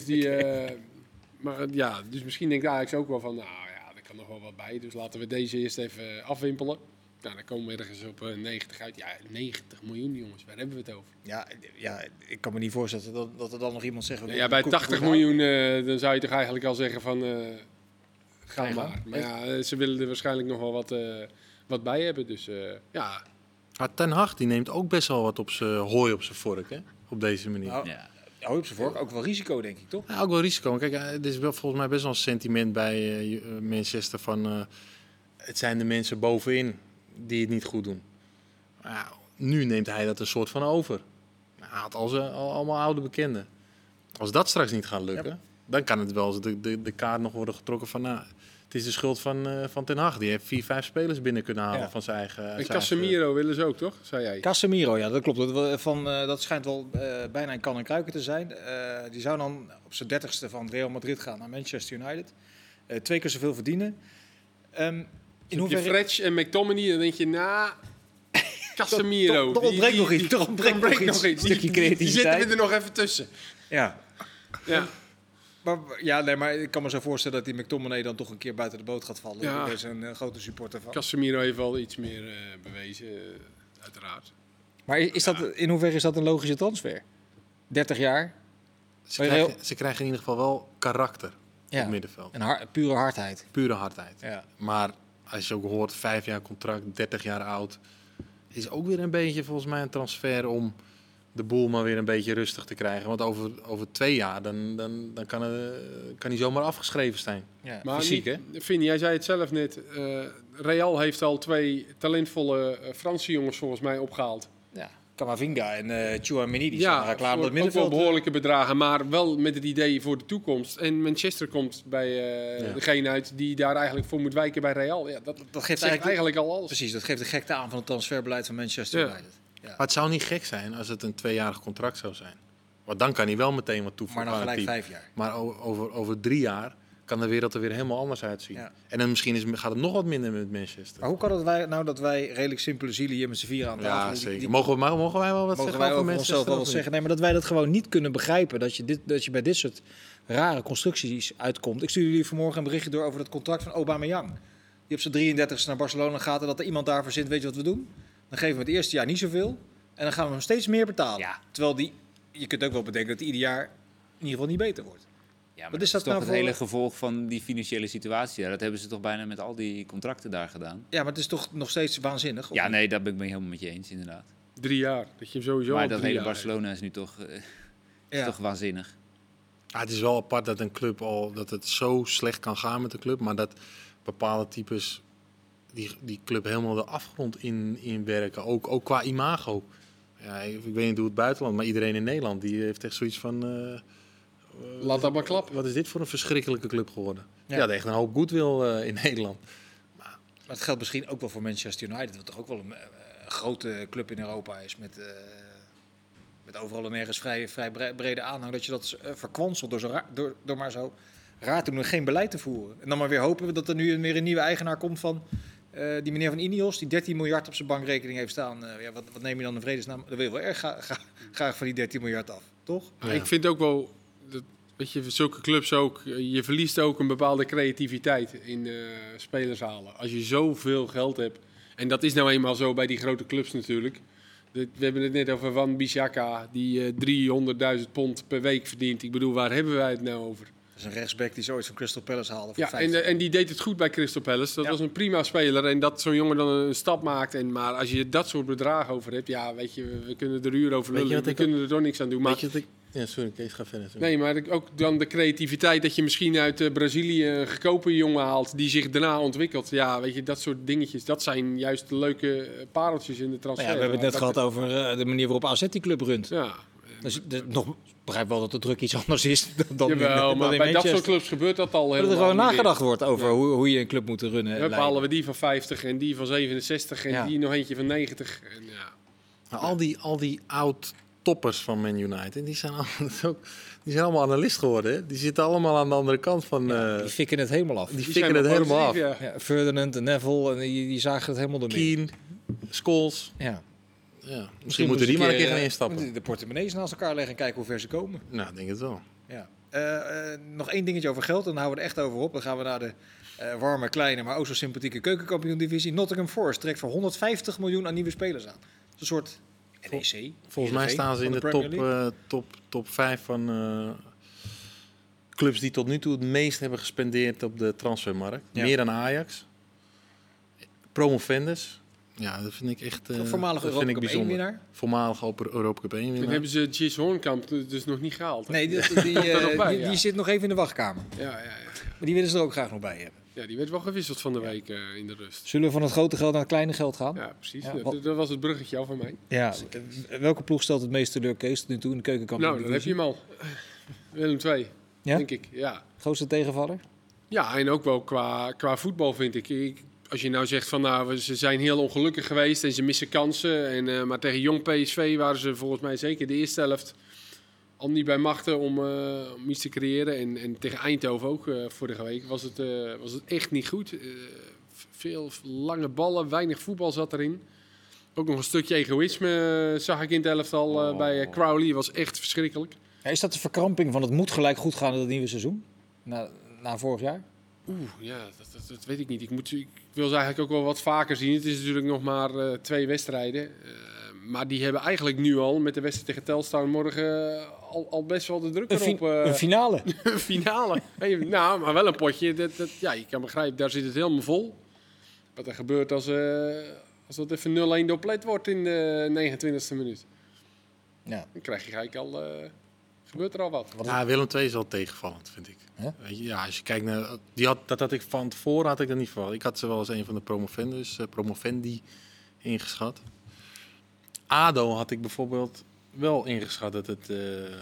Dus dus misschien denkt Ajax ook wel van, nou ja, er kan nog wel wat bij. Dus laten we deze eerst even afwimpelen. Nou, dan komen we ergens op 90 uit. Ja, 90 miljoen, jongens. Waar hebben we het over? Ja, ik kan me niet voorstellen dat er dan nog iemand zegt... Ja, bij 80 miljoen dan zou je toch eigenlijk al zeggen van... ga je maar. gang. Maar ja, ze willen er waarschijnlijk nog wel wat bij hebben. Dus ja, Maar Ten Hag die neemt ook best wel wat op zijn hooi op zijn vork, hè? Op deze manier. Nou, Ja. hou je op zijn vork. Ook wel risico, denk ik, toch? Ja, ook wel risico. Kijk, er is wel volgens mij best wel een sentiment bij Manchester van... het zijn de mensen bovenin die het niet goed doen. Maar ja, nu neemt hij dat een soort van over. Hij had allemaal oude bekenden. Als dat straks niet gaat lukken, dan kan het wel eens de kaart nog worden getrokken van... Nou, Het is de schuld van Ten Hag. Die heeft 4-5 spelers binnen kunnen halen Ja. van zijn eigen... En Casemiro willen ze ook, toch? Zei jij. Casemiro, ja, dat klopt. Dat schijnt wel bijna een kan en kruiken te zijn. Die zou dan op zijn 30ste van Real Madrid gaan naar Manchester United. 2 keer zoveel verdienen. In Je hoeverre... Fretch en McTominay, dan denk je, Casemiro. Er ontbreekt nog iets. Er ontbreekt nog iets. Een stukje creativiteit. Die zitten we er nog even tussen. Ja. Ja. Maar ik kan me zo voorstellen dat die McTominay dan toch een keer buiten de boot gaat vallen. Ja. Daar is een grote supporter van. Casemiro heeft al iets meer bewezen, uiteraard. Maar in hoeverre is dat een logische transfer? 30 jaar. Ze krijgen in ieder geval wel karakter op Ja. het middenveld. En pure hardheid. Pure hardheid. Ja. Maar als je ook hoort, 5 jaar contract, 30 jaar oud... is ook weer een beetje volgens mij een transfer om de boel maar weer een beetje rustig te krijgen. Want over 2 jaar dan kan hij zomaar afgeschreven zijn. Ja. Maar Fysiek, hè? Vin, jij zei het zelf net. Real heeft al 2 talentvolle Franse jongens volgens mij opgehaald. Ja. Camavinga en Tchouaméni, die staan klaar op het ook wel middenveld. behoorlijke bedragen, maar wel met het idee voor de toekomst. En Manchester komt bij degene uit die daar eigenlijk voor moet wijken bij Real. Ja, dat geeft zegt eigenlijk al alles. Precies, dat geeft de gekte aan van het transferbeleid van Manchester Ja. United. Ja. Maar het zou niet gek zijn als het een 2-jarig contract zou zijn. Want dan kan hij wel meteen wat toevoegen. Maar dan aan het gelijk team. 5 jaar. Maar over 3 jaar kan de wereld er weer helemaal anders uitzien. Ja. En dan misschien gaat het nog wat minder met Manchester. Maar hoe kan het dat wij redelijk simpele zielen hier met z'n vieren aan tafel... Ja, die- zeker. die- Mogen wij wel wat mogen zeggen wij over over onszelf wel wat Manchester? zeggen? Nee, maar dat wij dat gewoon niet kunnen begrijpen. Dat je bij dit soort rare constructies uitkomt. Ik stuurde jullie vanmorgen een berichtje door over het contract van Aubameyang. Die op zijn 33ste naar Barcelona gaat en dat er iemand daar verzint, weet je wat we doen? Dan geven we het eerste jaar niet zoveel en dan gaan we hem steeds meer betalen. Ja. Terwijl je kunt ook wel bedenken dat hij ieder jaar in ieder geval niet beter wordt. Ja, maar Wat dat is is dat toch nou het voor- hele gevolg van die financiële situatie. Ja, dat hebben ze toch bijna met al die contracten daar gedaan. Ja, maar het is toch nog steeds waanzinnig? of Ja, niet? nee, dat ben ik me helemaal met je eens, inderdaad. 3 jaar. Dat je hem sowieso Maar al dat 3 hele jaar Barcelona is nu toch, is Ja. toch waanzinnig. Ah, het is wel apart dat een club dat het zo slecht kan gaan met de club, maar dat bepaalde types die club helemaal de afgrond in werken, ook qua imago. Ja, ik weet niet hoe het buitenland, maar iedereen in Nederland die heeft echt zoiets van. Laat dat maar klappen. Wat is dit voor een verschrikkelijke club geworden? Ja. Ja, echt een hoop goodwill in Nederland. Maar het geldt misschien ook wel voor Manchester United, wat toch ook wel een grote club in Europa is met overal en nergens vrij brede aanhang. Dat je dat verkwanselt door maar zo raar te doen en geen beleid te voeren. En dan maar weer hopen we dat er nu weer een nieuwe eigenaar komt van die meneer van Ineos, die 13 miljard op zijn bankrekening heeft staan. Wat neem je dan in vredesnaam? Dan wil je wel erg graag van die 13 miljard af, toch? Ja. Ik vind ook wel, weet je, zulke clubs ook, je verliest ook een bepaalde creativiteit in spelers halen. Als je zoveel geld hebt, en dat is nou eenmaal zo bij die grote clubs natuurlijk. We hebben het net over Van Bissaka, die 300.000 pond per week verdient. Ik bedoel, waar hebben wij het nou over? Dat is een rechtsback die zoiets van Crystal Palace haalde voor Ja, 50. en die deed het goed bij Crystal Palace. Dat Ja. was een prima speler. En dat zo'n jongen dan een stap maakt. Maar als je dat soort bedragen over hebt, ja, weet je, we kunnen er uren over Weet je lullen. wat We ik kunnen er toch niks aan doen. Maar Weet je wat ik... Ja, sorry, Kees, ga verder. Sorry. nee, maar ook dan de creativiteit dat je misschien uit Brazilië een goedkope jongen haalt die zich daarna ontwikkelt. Ja, weet je, dat soort dingetjes, dat zijn juist de leuke pareltjes in de transfer. Nou ja, we hebben het net Dat- gehad over de manier waarop AZ die club runt. Ja, Dus nog begrijp wel dat de druk iets anders is dan jawel, in maar bij dat Manchester. soort clubs gebeurt dat al Dat helemaal er gewoon niet meer. nagedacht wordt over Ja. hoe je een club moet runnen. Hup, halen we die van 50 en die van 67 en Ja. die nog eentje van 90. En ja. Maar al die oud-toppers van Man United, die zijn allemaal analist geworden. Hè? Die zitten allemaal aan de andere kant van... Die fikken het helemaal af. die Die fikken zijn het wel helemaal af. positief, ja. Ja, Ferdinand en Neville, en die zagen het helemaal door midden. Keen, Scholes. Ja. Ja, misschien moeten die maar een keer gaan moeten instappen. de portemonnees naast elkaar leggen en kijken hoe ver ze komen. Nou, ik denk het wel. Ja. Nog één dingetje over geld, en dan houden we er echt over op. Dan gaan we naar de warme, kleine, maar ook zo sympathieke keukenkampioen-divisie. Nottingham Forest trekt voor 150 miljoen aan nieuwe spelers aan. Dat is een soort NEC. Volgens mij staan ze in de Premier League. top 5 van clubs die tot nu toe het meest hebben gespendeerd op de transfermarkt. Ja. Meer dan Ajax. Promovendus. Ja, dat vind ik echt Voormalig dat vind ik Europa Cup bijzonder. 1-winnaar. Voormalig Europa Cup 1 Toen winnaar. hebben ze Gis Hoornkamp dus nog niet gehaald. hè? Nee, die er nog bij, die ja. zit nog even in de wachtkamer. Ja. Maar die willen ze er ook graag nog bij hebben. Ja, die werd wel gewisseld van de week in de rust. Zullen we van het grote geld naar het kleine geld gaan? Ja, precies. Ja, Dat was het bruggetje al van mij. Ja. Welke ploeg stelt het meest teleur, Kees, tot nu toe in de keukenkampioen? Nou, dan heb je hem al. Willem II, Ja? denk ik. Ja. Grootste tegenvaller? Ja, en ook wel qua voetbal vind ik. Als je nou zegt van nou, ze zijn heel ongelukkig geweest en ze missen kansen. Maar tegen jong PSV waren ze volgens mij zeker de eerste helft al niet bij machten om iets te creëren. En tegen Eindhoven ook vorige week was het echt niet goed. Veel lange ballen, weinig voetbal zat erin. Ook nog een stukje egoïsme zag ik in het elftal bij Crowley. Was echt verschrikkelijk. Ja, is dat de verkramping van het moet gelijk goed gaan in het nieuwe seizoen? Na vorig jaar? Ja, dat weet ik niet. Ik wil ze eigenlijk ook wel wat vaker zien. Het is natuurlijk nog maar 2 wedstrijden. Maar die hebben eigenlijk nu al, met de wedstrijd tegen Telstar morgen, al best wel de druk erop. Een finale. Een finale. Nou, maar wel een potje. Je kan begrijpen, daar zit het helemaal vol. Wat er gebeurt als dat even 0-1 doplet wordt in de 29e minuut. Ja. Dan krijg je gelijk al... gebeurt er al wat. Ja, Willem II is wel tegenvallend, vind ik. Huh? Weet je, ja, als je kijkt naar... dat had ik van tevoren had ik dat niet verwacht. Ik had ze wel als een van de promovendi ingeschat. ADO had ik bijvoorbeeld wel ingeschat dat het,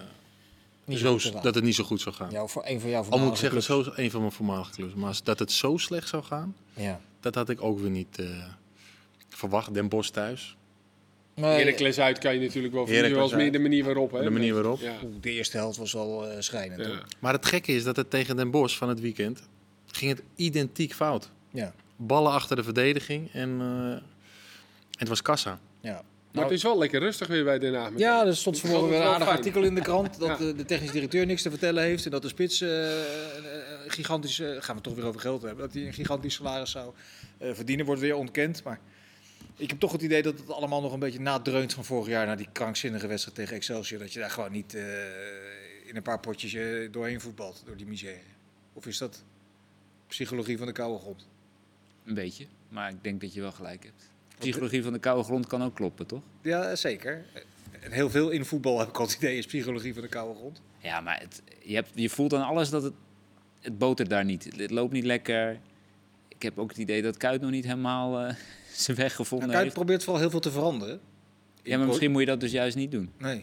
niet zo goed zou gaan. Ja, voor een van jouw Al moet ik zeggen, clubs. een van mijn voormalige clubs. Maar dat het zo slecht zou gaan, Ja. dat had ik ook weer niet verwacht. Den Bosch thuis. Maar, Heracles uit kan je natuurlijk wel verliezen, Heracles zoals meer uit. de manier waarop. Hè? De manier waarop. Ja. de eerste helft was wel schrijnend. Ja. Hoor. Maar het gekke is dat het tegen Den Bosch van het weekend ging het identiek fout. Ja. Ballen achter de verdediging en het was kassa. Ja. Maar het is wel lekker rustig weer bij Den Haag. Ja, er stond vanmorgen weer een wel aardig fijn. artikel in de krant dat Ja. de technisch directeur niks te vertellen heeft en dat de spits gigantisch, gaan we toch weer over geld hebben, dat hij een gigantisch salaris zou verdienen, wordt weer ontkend. Maar ik heb toch het idee dat het allemaal nog een beetje nadreunt van vorig jaar, na die krankzinnige wedstrijd tegen Excelsior, dat je daar gewoon niet in een paar potjes doorheen voetbalt, door die misère. Of is dat psychologie van de koude grond? Een beetje, maar ik denk dat je wel gelijk hebt. Psychologie van de koude grond kan ook kloppen, toch? Ja, zeker. En heel veel in voetbal heb ik al het idee is psychologie van de koude grond. Ja, maar je voelt aan alles dat het botert daar niet. Het loopt niet lekker. Ik heb ook het idee dat Kuyt nog niet helemaal zijn weg gevonden Nou, Kuyt heeft. probeert vooral heel veel te veranderen. Ja, maar misschien moet je dat dus juist niet doen. Nee.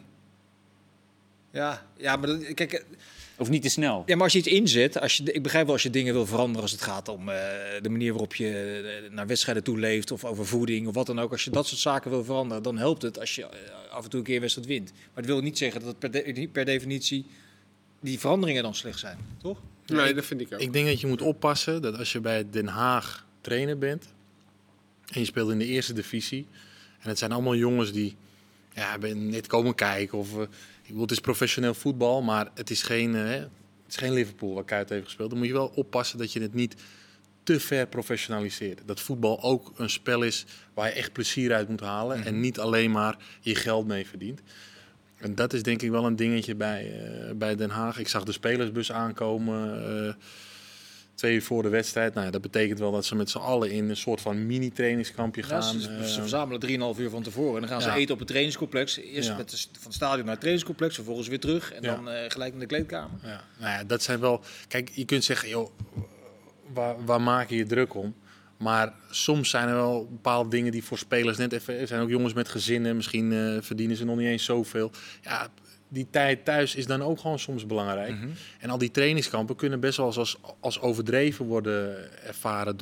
Ja, maar kijk, Of niet te snel. ja, maar als je iets inzet, ik begrijp wel als je dingen wil veranderen als het gaat om de manier waarop je naar wedstrijden toe leeft of over voeding of wat dan ook. Als je dat soort zaken wil veranderen, dan helpt het als je af en toe een keer een wedstrijd wint. Maar dat wil niet zeggen dat het per definitie die veranderingen dan slecht zijn, toch? Nee, dat vind ik ook. Ik denk dat je moet oppassen dat als je bij Den Haag trainer bent en je speelt in de eerste divisie en het zijn allemaal jongens die net komen kijken of ik bedoel, het is professioneel voetbal, maar het is geen Liverpool waar Kuyt heeft gespeeld. Dan moet je wel oppassen dat je het niet te ver professionaliseert. Dat voetbal ook een spel is waar je echt plezier uit moet halen en niet alleen maar je geld mee verdient. En dat is denk ik wel een dingetje bij Den Haag. Ik zag de spelersbus aankomen 2 uur voor de wedstrijd. Nou ja, dat betekent wel dat ze met z'n allen in een soort van mini-trainingskampje Ja, gaan. ze verzamelen 3,5 uur van tevoren en dan gaan ze Ja. eten op het trainingscomplex. Eerst Ja. van het stadion naar het trainingscomplex, vervolgens weer terug en Ja. dan gelijk in de kleedkamer. Ja, nou ja, dat zijn wel... Kijk, je kunt zeggen, joh, waar maak je je druk om? Maar soms zijn er wel bepaalde dingen die voor spelers net even... Er zijn ook jongens met gezinnen, misschien verdienen ze nog niet eens zoveel. Ja, die tijd thuis is dan ook gewoon soms belangrijk. En al die trainingskampen kunnen best wel als overdreven worden ervaren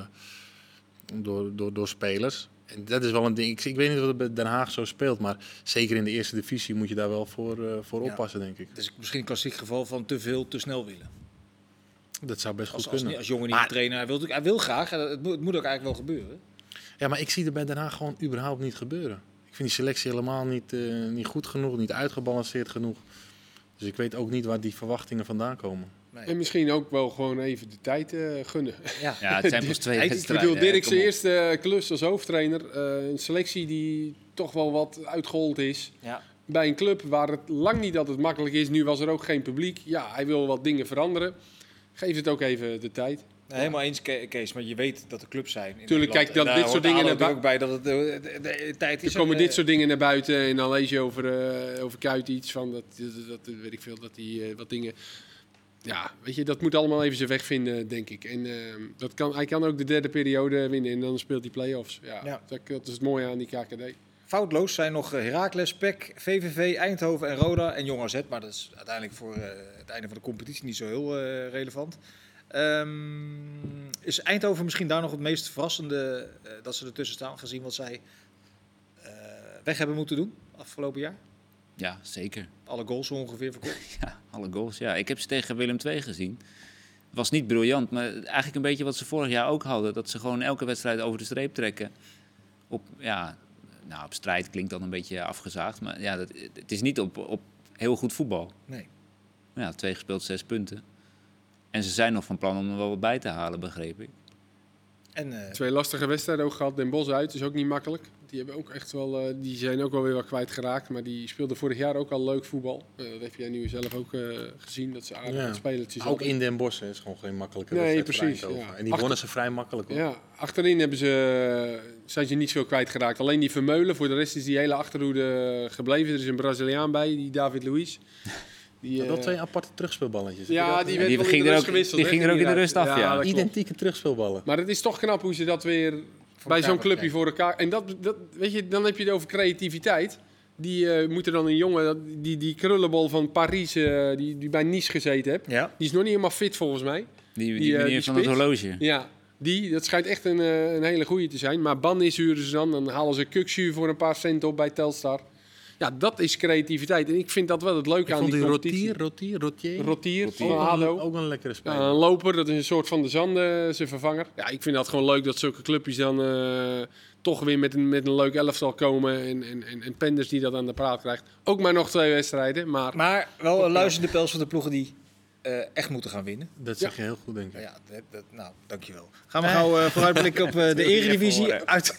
door spelers. En dat is wel een ding. Ik weet niet of het bij Den Haag zo speelt, maar zeker in de eerste divisie moet je daar wel voor Ja. oppassen, denk ik. Het is misschien een klassiek geval van te veel, te snel willen. Dat zou best goed Als kunnen. jongen niet Maar- trainen, hij wil graag. En het moet ook eigenlijk wel gebeuren. Ja, maar ik zie er bij Den Haag gewoon überhaupt niet gebeuren. Ik vind die selectie helemaal niet goed genoeg, niet uitgebalanceerd genoeg. Dus ik weet ook niet waar die verwachtingen vandaan komen. Nee. En misschien ook wel gewoon even de tijd gunnen. Ja. Ja, het zijn pas 2 Ik Ik wedstrijden. bedoel, Dirk zijn kom op. eerste klus als hoofdtrainer. Een selectie die toch wel wat uitgehold is. Ja. Bij een club waar het lang niet altijd makkelijk is. Nu was er ook geen publiek. Ja, hij wil wat dingen veranderen. Geef het ook even de tijd. Helemaal eens, Kees, maar je weet dat er clubs zijn. in Tuurlijk, Nederland. kijk, dat En dit daar soort hoort dingen ADO er naar ook bij dat het de tijd is. Er komen en, dit soort dingen naar buiten en dan lees je over Kuyt iets van dat weet ik veel, dat hij wat dingen. Ja, weet je, dat moet allemaal even zijn weg vinden, denk ik. En hij kan ook de derde periode winnen en dan speelt hij play-offs. Ja, Ja. Dat is het mooie aan die KKD. Foutloos zijn nog Heracles, PEC, VVV, Eindhoven en Roda en Jong AZ. Maar dat is uiteindelijk voor het einde van de competitie niet zo heel relevant. Is Eindhoven misschien daar nog het meest verrassende dat ze ertussen staan, gezien wat zij weg hebben moeten doen afgelopen jaar? Ja, zeker. Alle goals zo ongeveer verkocht. Ja, alle goals. Ja, ik heb ze tegen Willem II gezien. Het was niet briljant, maar eigenlijk een beetje wat ze vorig jaar ook hadden. Dat ze gewoon elke wedstrijd over de streep trekken. Op strijd klinkt dan een beetje afgezaagd. Maar ja, het is niet op heel goed voetbal. Nee. Ja, 2 gespeeld, 6 punten. En ze zijn nog van plan om er wel wat bij te halen, begreep ik. En, 2 lastige wedstrijden ook gehad. Den Bosch uit, is ook niet makkelijk. Die hebben ook echt wel, die zijn ook wel weer wat kwijtgeraakt. Maar die speelden vorig jaar ook al leuk voetbal. Dat heb jij nu zelf ook gezien, dat ze aardige spelertjes Ook in Den Bosch is gewoon geen makkelijke Nee, wedstrijd voor precies, Eindhoven. ja. En die wonnen ze vrij makkelijk hoor. Ja, achterin zijn ze niet veel kwijtgeraakt. Alleen die Vermeulen, voor de rest is die hele achterhoede gebleven. Er is een Braziliaan bij, die David Luiz. Dat 2 aparte terugspeelballetjes. Ja, die werd Die wel ging in de er rust ook- gewisseld. die hè, ging er ook in de inderdaad. rust af, ja. dat klopt. Identieke terugspelballen. Maar het is toch knap hoe ze dat weer bij zo'n clubje voor elkaar... En dat, weet je, dan heb je het over creativiteit. Die moeten dan een jongen, die krullenbol van Paris, die bij Nice gezeten heeft. ja. Die is nog niet helemaal fit volgens mij. Die meneer die van het spits. horloge. Ja, dat schijnt echt een hele goeie te zijn. Maar Bannis huren ze dan halen ze Kuksu voor een paar cent op bij Telstar. Ja, dat is creativiteit. En ik vind dat wel het leuke Ik aan vond die die competitie. Rotier Van ADO. ook een lekkere speler. Ja, een loper, dat is een soort van de Zande, zijn vervanger. Ja, ik vind dat gewoon leuk dat zulke clubjes dan toch weer met een leuk elftal komen. En Penders die dat aan de praat krijgt. Ook maar nog 2 wedstrijden, maar... Maar wel een luisterende pels van de ploegen die echt moeten gaan winnen. Dat zeg je heel goed, denk ik. Nou ja, nou, dankjewel. Gaan we gauw vooruitblikken op de Eredivisie.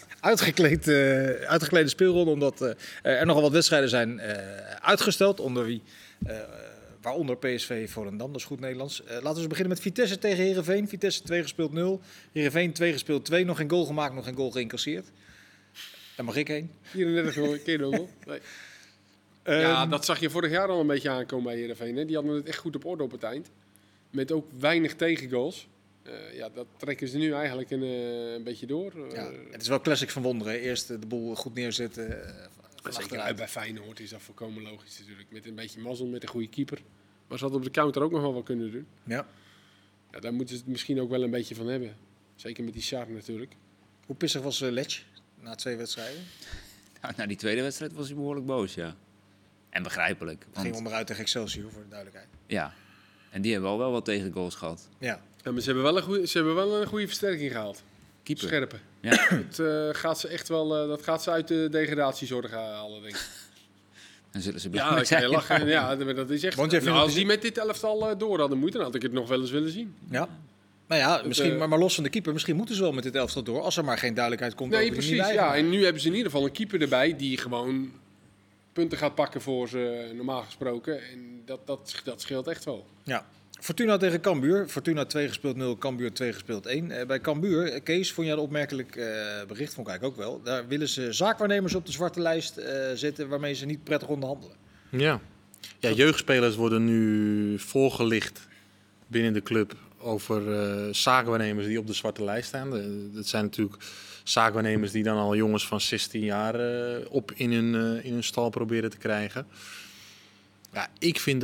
Uitgeklede speelronde, omdat er nogal wat wedstrijden zijn uitgesteld. Waaronder PSV Volendam, dat is goed Nederlands. Laten we beginnen met Vitesse tegen Heerenveen. Vitesse 2 gespeeld 0. Heerenveen 2 gespeeld 2. Nog geen goal gemaakt, nog geen goal geïncasseerd. Daar mag ik heen. 34 keer nog wel. Nee. Ja, dat zag je vorig jaar al een beetje aankomen bij Heerenveen. Hè? Die hadden het echt goed op orde op het eind. Met ook weinig tegengoals. Dat trekken ze nu eigenlijk een beetje door. Ja, het is wel classic van Wonderen. Eerst de boel goed neerzetten. Van Zeker achteruit. bij Feyenoord is dat volkomen logisch natuurlijk. Met een beetje mazzel, met een goede keeper. Maar ze hadden op de counter ook nog wel wat kunnen doen. Ja. Ja, daar moeten ze het misschien ook wel een beetje van hebben. Zeker met die Sar natuurlijk. Hoe pissig was Lech na 2 wedstrijden? Nou, na die tweede wedstrijd was hij behoorlijk boos, ja. En begrijpelijk. Ging Want, onderuit tegen Excelsior, voor de duidelijkheid. ja. En die hebben al wel wat tegengoals gehad. Ja. Ja, maar ze hebben wel een goede versterking gehaald. Keeper. Scherpe. Ja. Dat gaat ze echt wel dat gaat ze uit de degradatiezorg halen, denk ik. Dan zullen ze Ja, blij ik kan je zijn. lachen. Ja, dat is echt... Want jij vindt Nou, het- als die met dit elftal door hadden moeten, dan had ik het nog wel eens willen zien. Ja. Nou ja, misschien, eh, maar los van de keeper, misschien moeten ze wel met dit elftal door. Als er maar geen duidelijkheid komt Nee, over die precies. nieuwe Ja, eigenaar. en nu hebben ze in ieder geval een keeper erbij die gewoon punten gaat pakken voor ze, normaal gesproken. En dat scheelt echt wel. Ja. Fortuna tegen Cambuur. Fortuna 2 gespeeld 0, Cambuur 2 gespeeld 1. Bij Cambuur, Kees, vond jij een opmerkelijk bericht, vond ik eigenlijk ook wel. Daar willen ze zaakwaarnemers op de zwarte lijst zetten waarmee ze niet prettig onderhandelen. Ja. Ja, jeugdspelers worden nu voorgelicht binnen de club over zaakwaarnemers die op de zwarte lijst staan. Dat zijn natuurlijk zaakwaarnemers die dan al jongens van 16 jaar op in hun stal proberen te krijgen. Ja, ik vind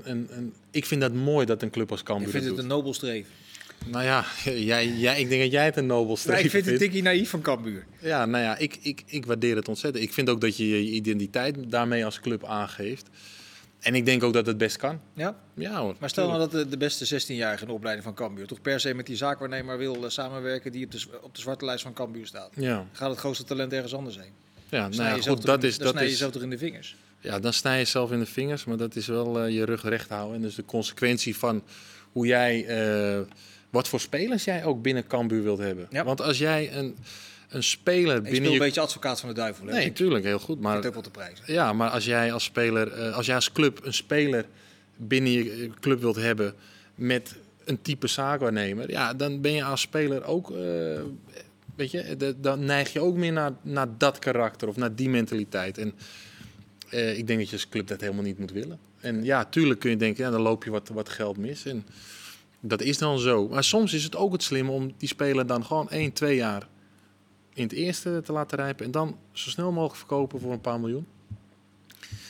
dat mooi dat een club als Cambuur Ik vind dat het een doet. nobel streven. Nou ja, ik denk dat jij het een nobel Nee, streven ik vind het vindt. dikkie naïef van Cambuur. Ja, nou ja, ik waardeer het ontzettend. Ik vind ook dat je je identiteit daarmee als club aangeeft. En ik denk ook dat het best kan. Ja? Ja hoor. Maar stel nou dat de beste 16-jarige in de opleiding van Cambuur toch per se met die zaakwaarnemer wil samenwerken die op de zwarte lijst van Cambuur staat. Ja, Gaat het grootste talent ergens anders heen? ja, Snij nou ja, jezelf goed, toch dat dan snij je is, jezelf toch in de vingers? ja, dan snij je jezelf in de vingers, maar dat is wel je rug recht houden. En dus de consequentie van hoe jij, wat voor spelers jij ook binnen Cambuur wilt hebben. Ja. Want als jij een speler Ik speel binnen een je... beetje advocaat van de duivel. Hè? Nee, Ik natuurlijk, heel goed. vind Maar het ook wel te prijzen. ja, maar als jij als speler, als jij als club een speler binnen je club wilt hebben met een type zaakwaarnemer, ja, dan ben je als speler ook, weet je, dan neig je ook meer naar dat karakter of naar die mentaliteit. En ik denk dat je als club dat helemaal niet moet willen. En ja, tuurlijk kun je denken, ja, dan loop je wat geld mis. En dat is dan zo. Maar soms is het ook het slimme om die speler dan gewoon 1-2 jaar in het eerste te laten rijpen en dan zo snel mogelijk verkopen voor een paar miljoen.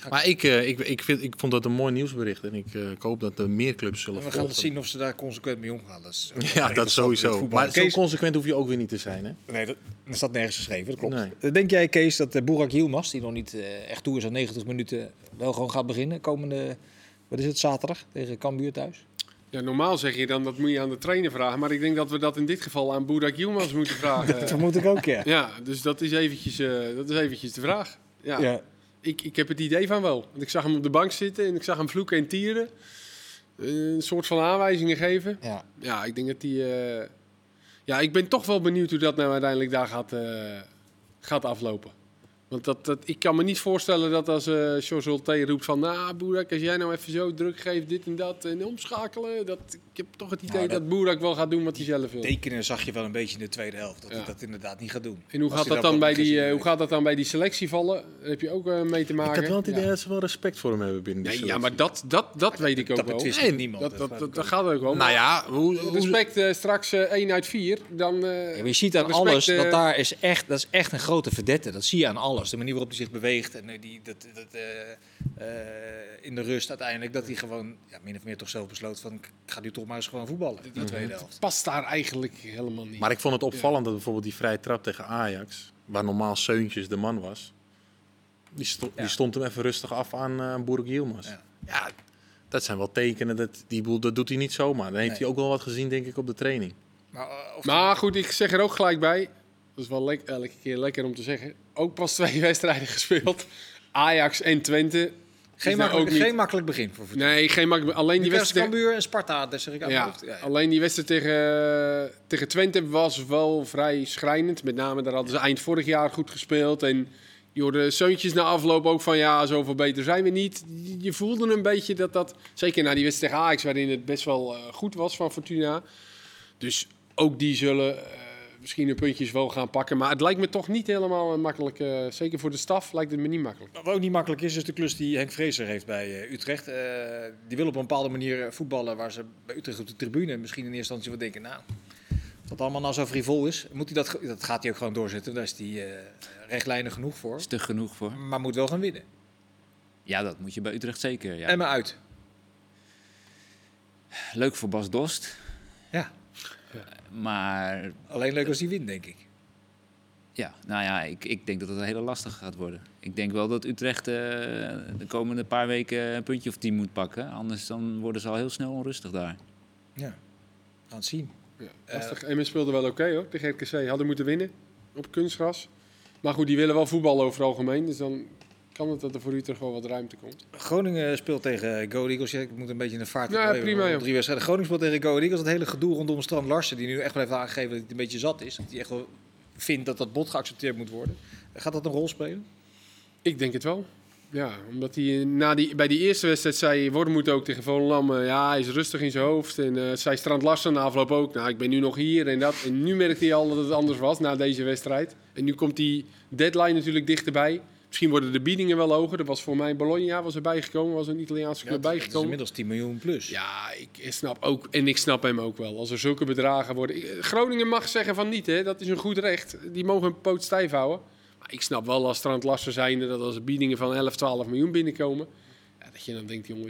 Maar ik vond dat een mooi nieuwsbericht. En ik hoop dat er meer clubs zullen We gaan volgen. zien of ze daar consequent mee omgaan. Dat is Ja, dat sowieso. Maar zo Kees, consequent hoef je ook weer niet te zijn, hè? nee, dat staat nergens geschreven, dat klopt. Nee. Denk jij, Kees, dat Burak Yilmaz, die nog niet echt toe is aan 90 minuten, wel gewoon gaat beginnen komende, wat is het, zaterdag tegen Cambuur thuis? Ja, normaal zeg je dan, dat moet je aan de trainer vragen. Maar ik denk dat we dat in dit geval aan Burak Yilmaz moeten vragen. Dat vermoed ik ook, ja. Ja, dus dat is eventjes de vraag. Ja. Ja. Ik heb het idee van wel. Want ik zag hem op de bank zitten en ik zag hem vloeken en tieren. Een soort van aanwijzingen geven. Ja. Ja, ik denk dat hij... Ja, ik ben toch wel benieuwd hoe dat nou uiteindelijk daar gaat aflopen. Want ik kan me niet voorstellen dat als George Holte roept van... Nou, Burak, als jij nou even zo druk geeft, dit en dat, en omschakelen... Ik heb toch het idee Nou, dat Burak wel gaat doen wat hij zelf wil. Tekenen zag je wel een beetje in de tweede helft, dat hij dat inderdaad niet gaat doen. En hoe Als gaat, hij dat daar dan wat bij gezien heeft. hoe gaat dat dan bij die selectie vallen? Daar heb je ook mee te maken. Ik had wel het idee Ja. dat ze wel respect voor hem hebben binnen de Nee, selectie. ja, maar dat weet ik ook Dat wel. betwist Nee, niemand. Dat gaat ook wel. Nou ja, Respect straks 1 uit 4. Dan, Ja, maar je ziet aan respect, alles dat dat is echt een grote verdette. Dat zie je aan alles. De manier waarop hij zich beweegt en in de rust uiteindelijk dat hij gewoon min of meer toch zelf besloot van ik ga nu toch maar eens gewoon voetballen in de tweede helft. past daar eigenlijk helemaal niet. Maar ik vond het opvallend dat bijvoorbeeld die vrije trap tegen Ajax, waar normaal Seuntjes de man was, die stond hem even rustig af aan Burak Yilmaz. Ja. Ja, dat zijn wel tekenen, dat doet hij niet zomaar. Dan heeft Nee. hij ook wel wat gezien, denk ik, op de training. Maar goed, ik zeg er ook gelijk bij. Dat is wel elke keer lekker om te zeggen. Ook pas 2 wedstrijden gespeeld. Ajax en Twente. Geen makkelijk begin voor Fortuna. Nee, geen makkelijk. Alleen die wedstrijd. Cambuur en Sparta, dat zeg ik aan mijn hoofd. Ja. Alleen die wedstrijd tegen Twente was wel vrij schrijnend. Met name, daar hadden ze eind vorig jaar goed gespeeld. En je hoorde Seuntjes na afloop ook van ja, zoveel beter zijn we niet. Je voelde een beetje dat zeker na die wedstrijd tegen Ajax, waarin het best wel goed was van Fortuna. Dus ook die zullen misschien de puntjes wel gaan pakken. Maar het lijkt me toch niet helemaal makkelijk. Zeker voor de staf lijkt het me niet makkelijk. Wat ook niet makkelijk is de klus die Henk Vrezer heeft bij Utrecht. Die wil op een bepaalde manier voetballen waar ze bij Utrecht op de tribune misschien in eerste instantie wat denken. Nou, wat allemaal nou zo frivol is, moet hij dat gaat hij ook gewoon doorzetten. Daar is hij rechtlijnig genoeg voor. Stug genoeg voor. Maar moet wel gaan winnen. Ja, dat moet je bij Utrecht zeker. Ja. En maar uit. Leuk voor Bas Dost. Ja. Maar Alleen leuk als hij wint, denk ik. ja, nou ja, ik denk dat het een hele lastige gaat worden. Ik denk wel dat Utrecht de komende paar weken een puntje of 10 moet pakken. Anders dan worden ze al heel snel onrustig daar. Ja, we gaan het zien. Ja, lastig. En men speelde wel oké hoor. De RKC hadden moeten winnen op kunstgras. Maar goed, die willen wel voetballen over het algemeen. Dus dan kan het dat er voor Utrecht wel wat ruimte komt. Groningen speelt tegen Go Eagles. Ja, ik moet een beetje in de vaart. Ja, even prima, op joh. 3 wedstrijden. Groningen speelt tegen Go Eagles. Het hele gedoe rondom Strand Larsen, die nu echt wel heeft aangegeven dat hij een beetje zat is. Dat hij echt wel vindt dat dat bod geaccepteerd moet worden. Gaat dat een rol spelen? Ik denk het wel. Ja, omdat hij bij die eerste wedstrijd zei... Wormoed ook tegen Volendam... ja, hij is rustig in zijn hoofd. En zei Strand Larsen na afloop ook... Nou, ik ben nu nog hier en dat. En nu merkte hij al dat het anders was na deze wedstrijd. En nu komt die deadline natuurlijk dichterbij. Misschien worden de biedingen wel hoger. Er was voor mij Bologna was erbij gekomen. Was een Italiaanse club Het is bijgekomen. inmiddels 10 miljoen plus. Ja, ik snap ook. En ik snap hem ook wel. Als er zulke bedragen worden... Groningen mag zeggen van niet, hè. Dat is een goed recht. Die mogen een poot stijf houden. Maar ik snap wel als Strand Larsen zijnde... dat als er biedingen van 11, 12 miljoen binnenkomen... Ja, dat je dan denkt, jongens...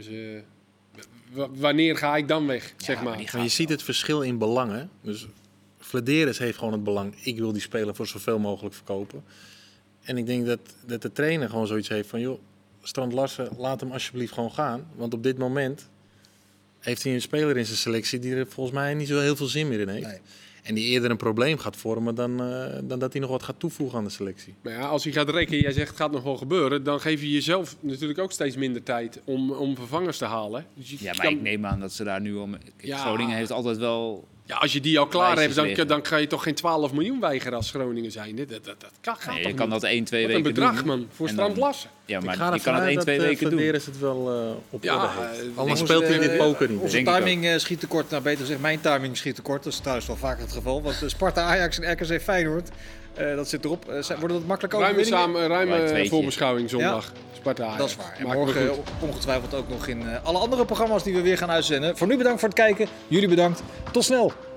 wanneer ga ik dan weg, zeg maar. Maar je ziet het verschil in belangen. Dus Flederis heeft gewoon het belang... ik wil die speler voor zoveel mogelijk verkopen. En ik denk dat de trainer gewoon zoiets heeft van... joh, Strand Larsen, laat hem alsjeblieft gewoon gaan. Want op dit moment heeft hij een speler in zijn selectie... die er volgens mij niet zo heel veel zin meer in heeft. Nee. En die eerder een probleem gaat vormen dan dat hij nog wat gaat toevoegen aan de selectie. Maar ja, als je gaat rekenen, jij zegt het gaat nog wel gebeuren... dan geef je jezelf natuurlijk ook steeds minder tijd om vervangers te halen. Dus je Ja, maar kan- ik neem aan dat ze daar nu om... Ja. Groningen heeft altijd wel... Ja, als je die al klaar Lijstjes hebt, liggen. dan ga je toch geen 12 miljoen weigeren als Groningen zijn. Dat gaat Nee, toch je kan niet? dat 1-2 Wat weken een bedrag, doen. man, voor En Strand dan- Larsen. Ja, Ik maar ga je ervan kan het uit 1-2 dat weken doen. Flederis het wel op Ja, orde heeft. ik Anders denk- speelt hij dit poker niet. Onze Denk ik timing schiet tekort. Nou, beter gezegd, mijn timing schiet tekort. Dat is trouwens wel vaker het geval. Want Sparta, Ajax en RKC Feyenoord, dat zit erop. Worden dat makkelijk overwinningen? Bij tweetje. voorbeschouwing zondag. Sparta Ajax. Dat is waar. En Maakt me morgen goed. ongetwijfeld ook nog in alle andere programma's die we weer gaan uitzenden. Voor nu bedankt voor het kijken. Jullie bedankt. Tot snel.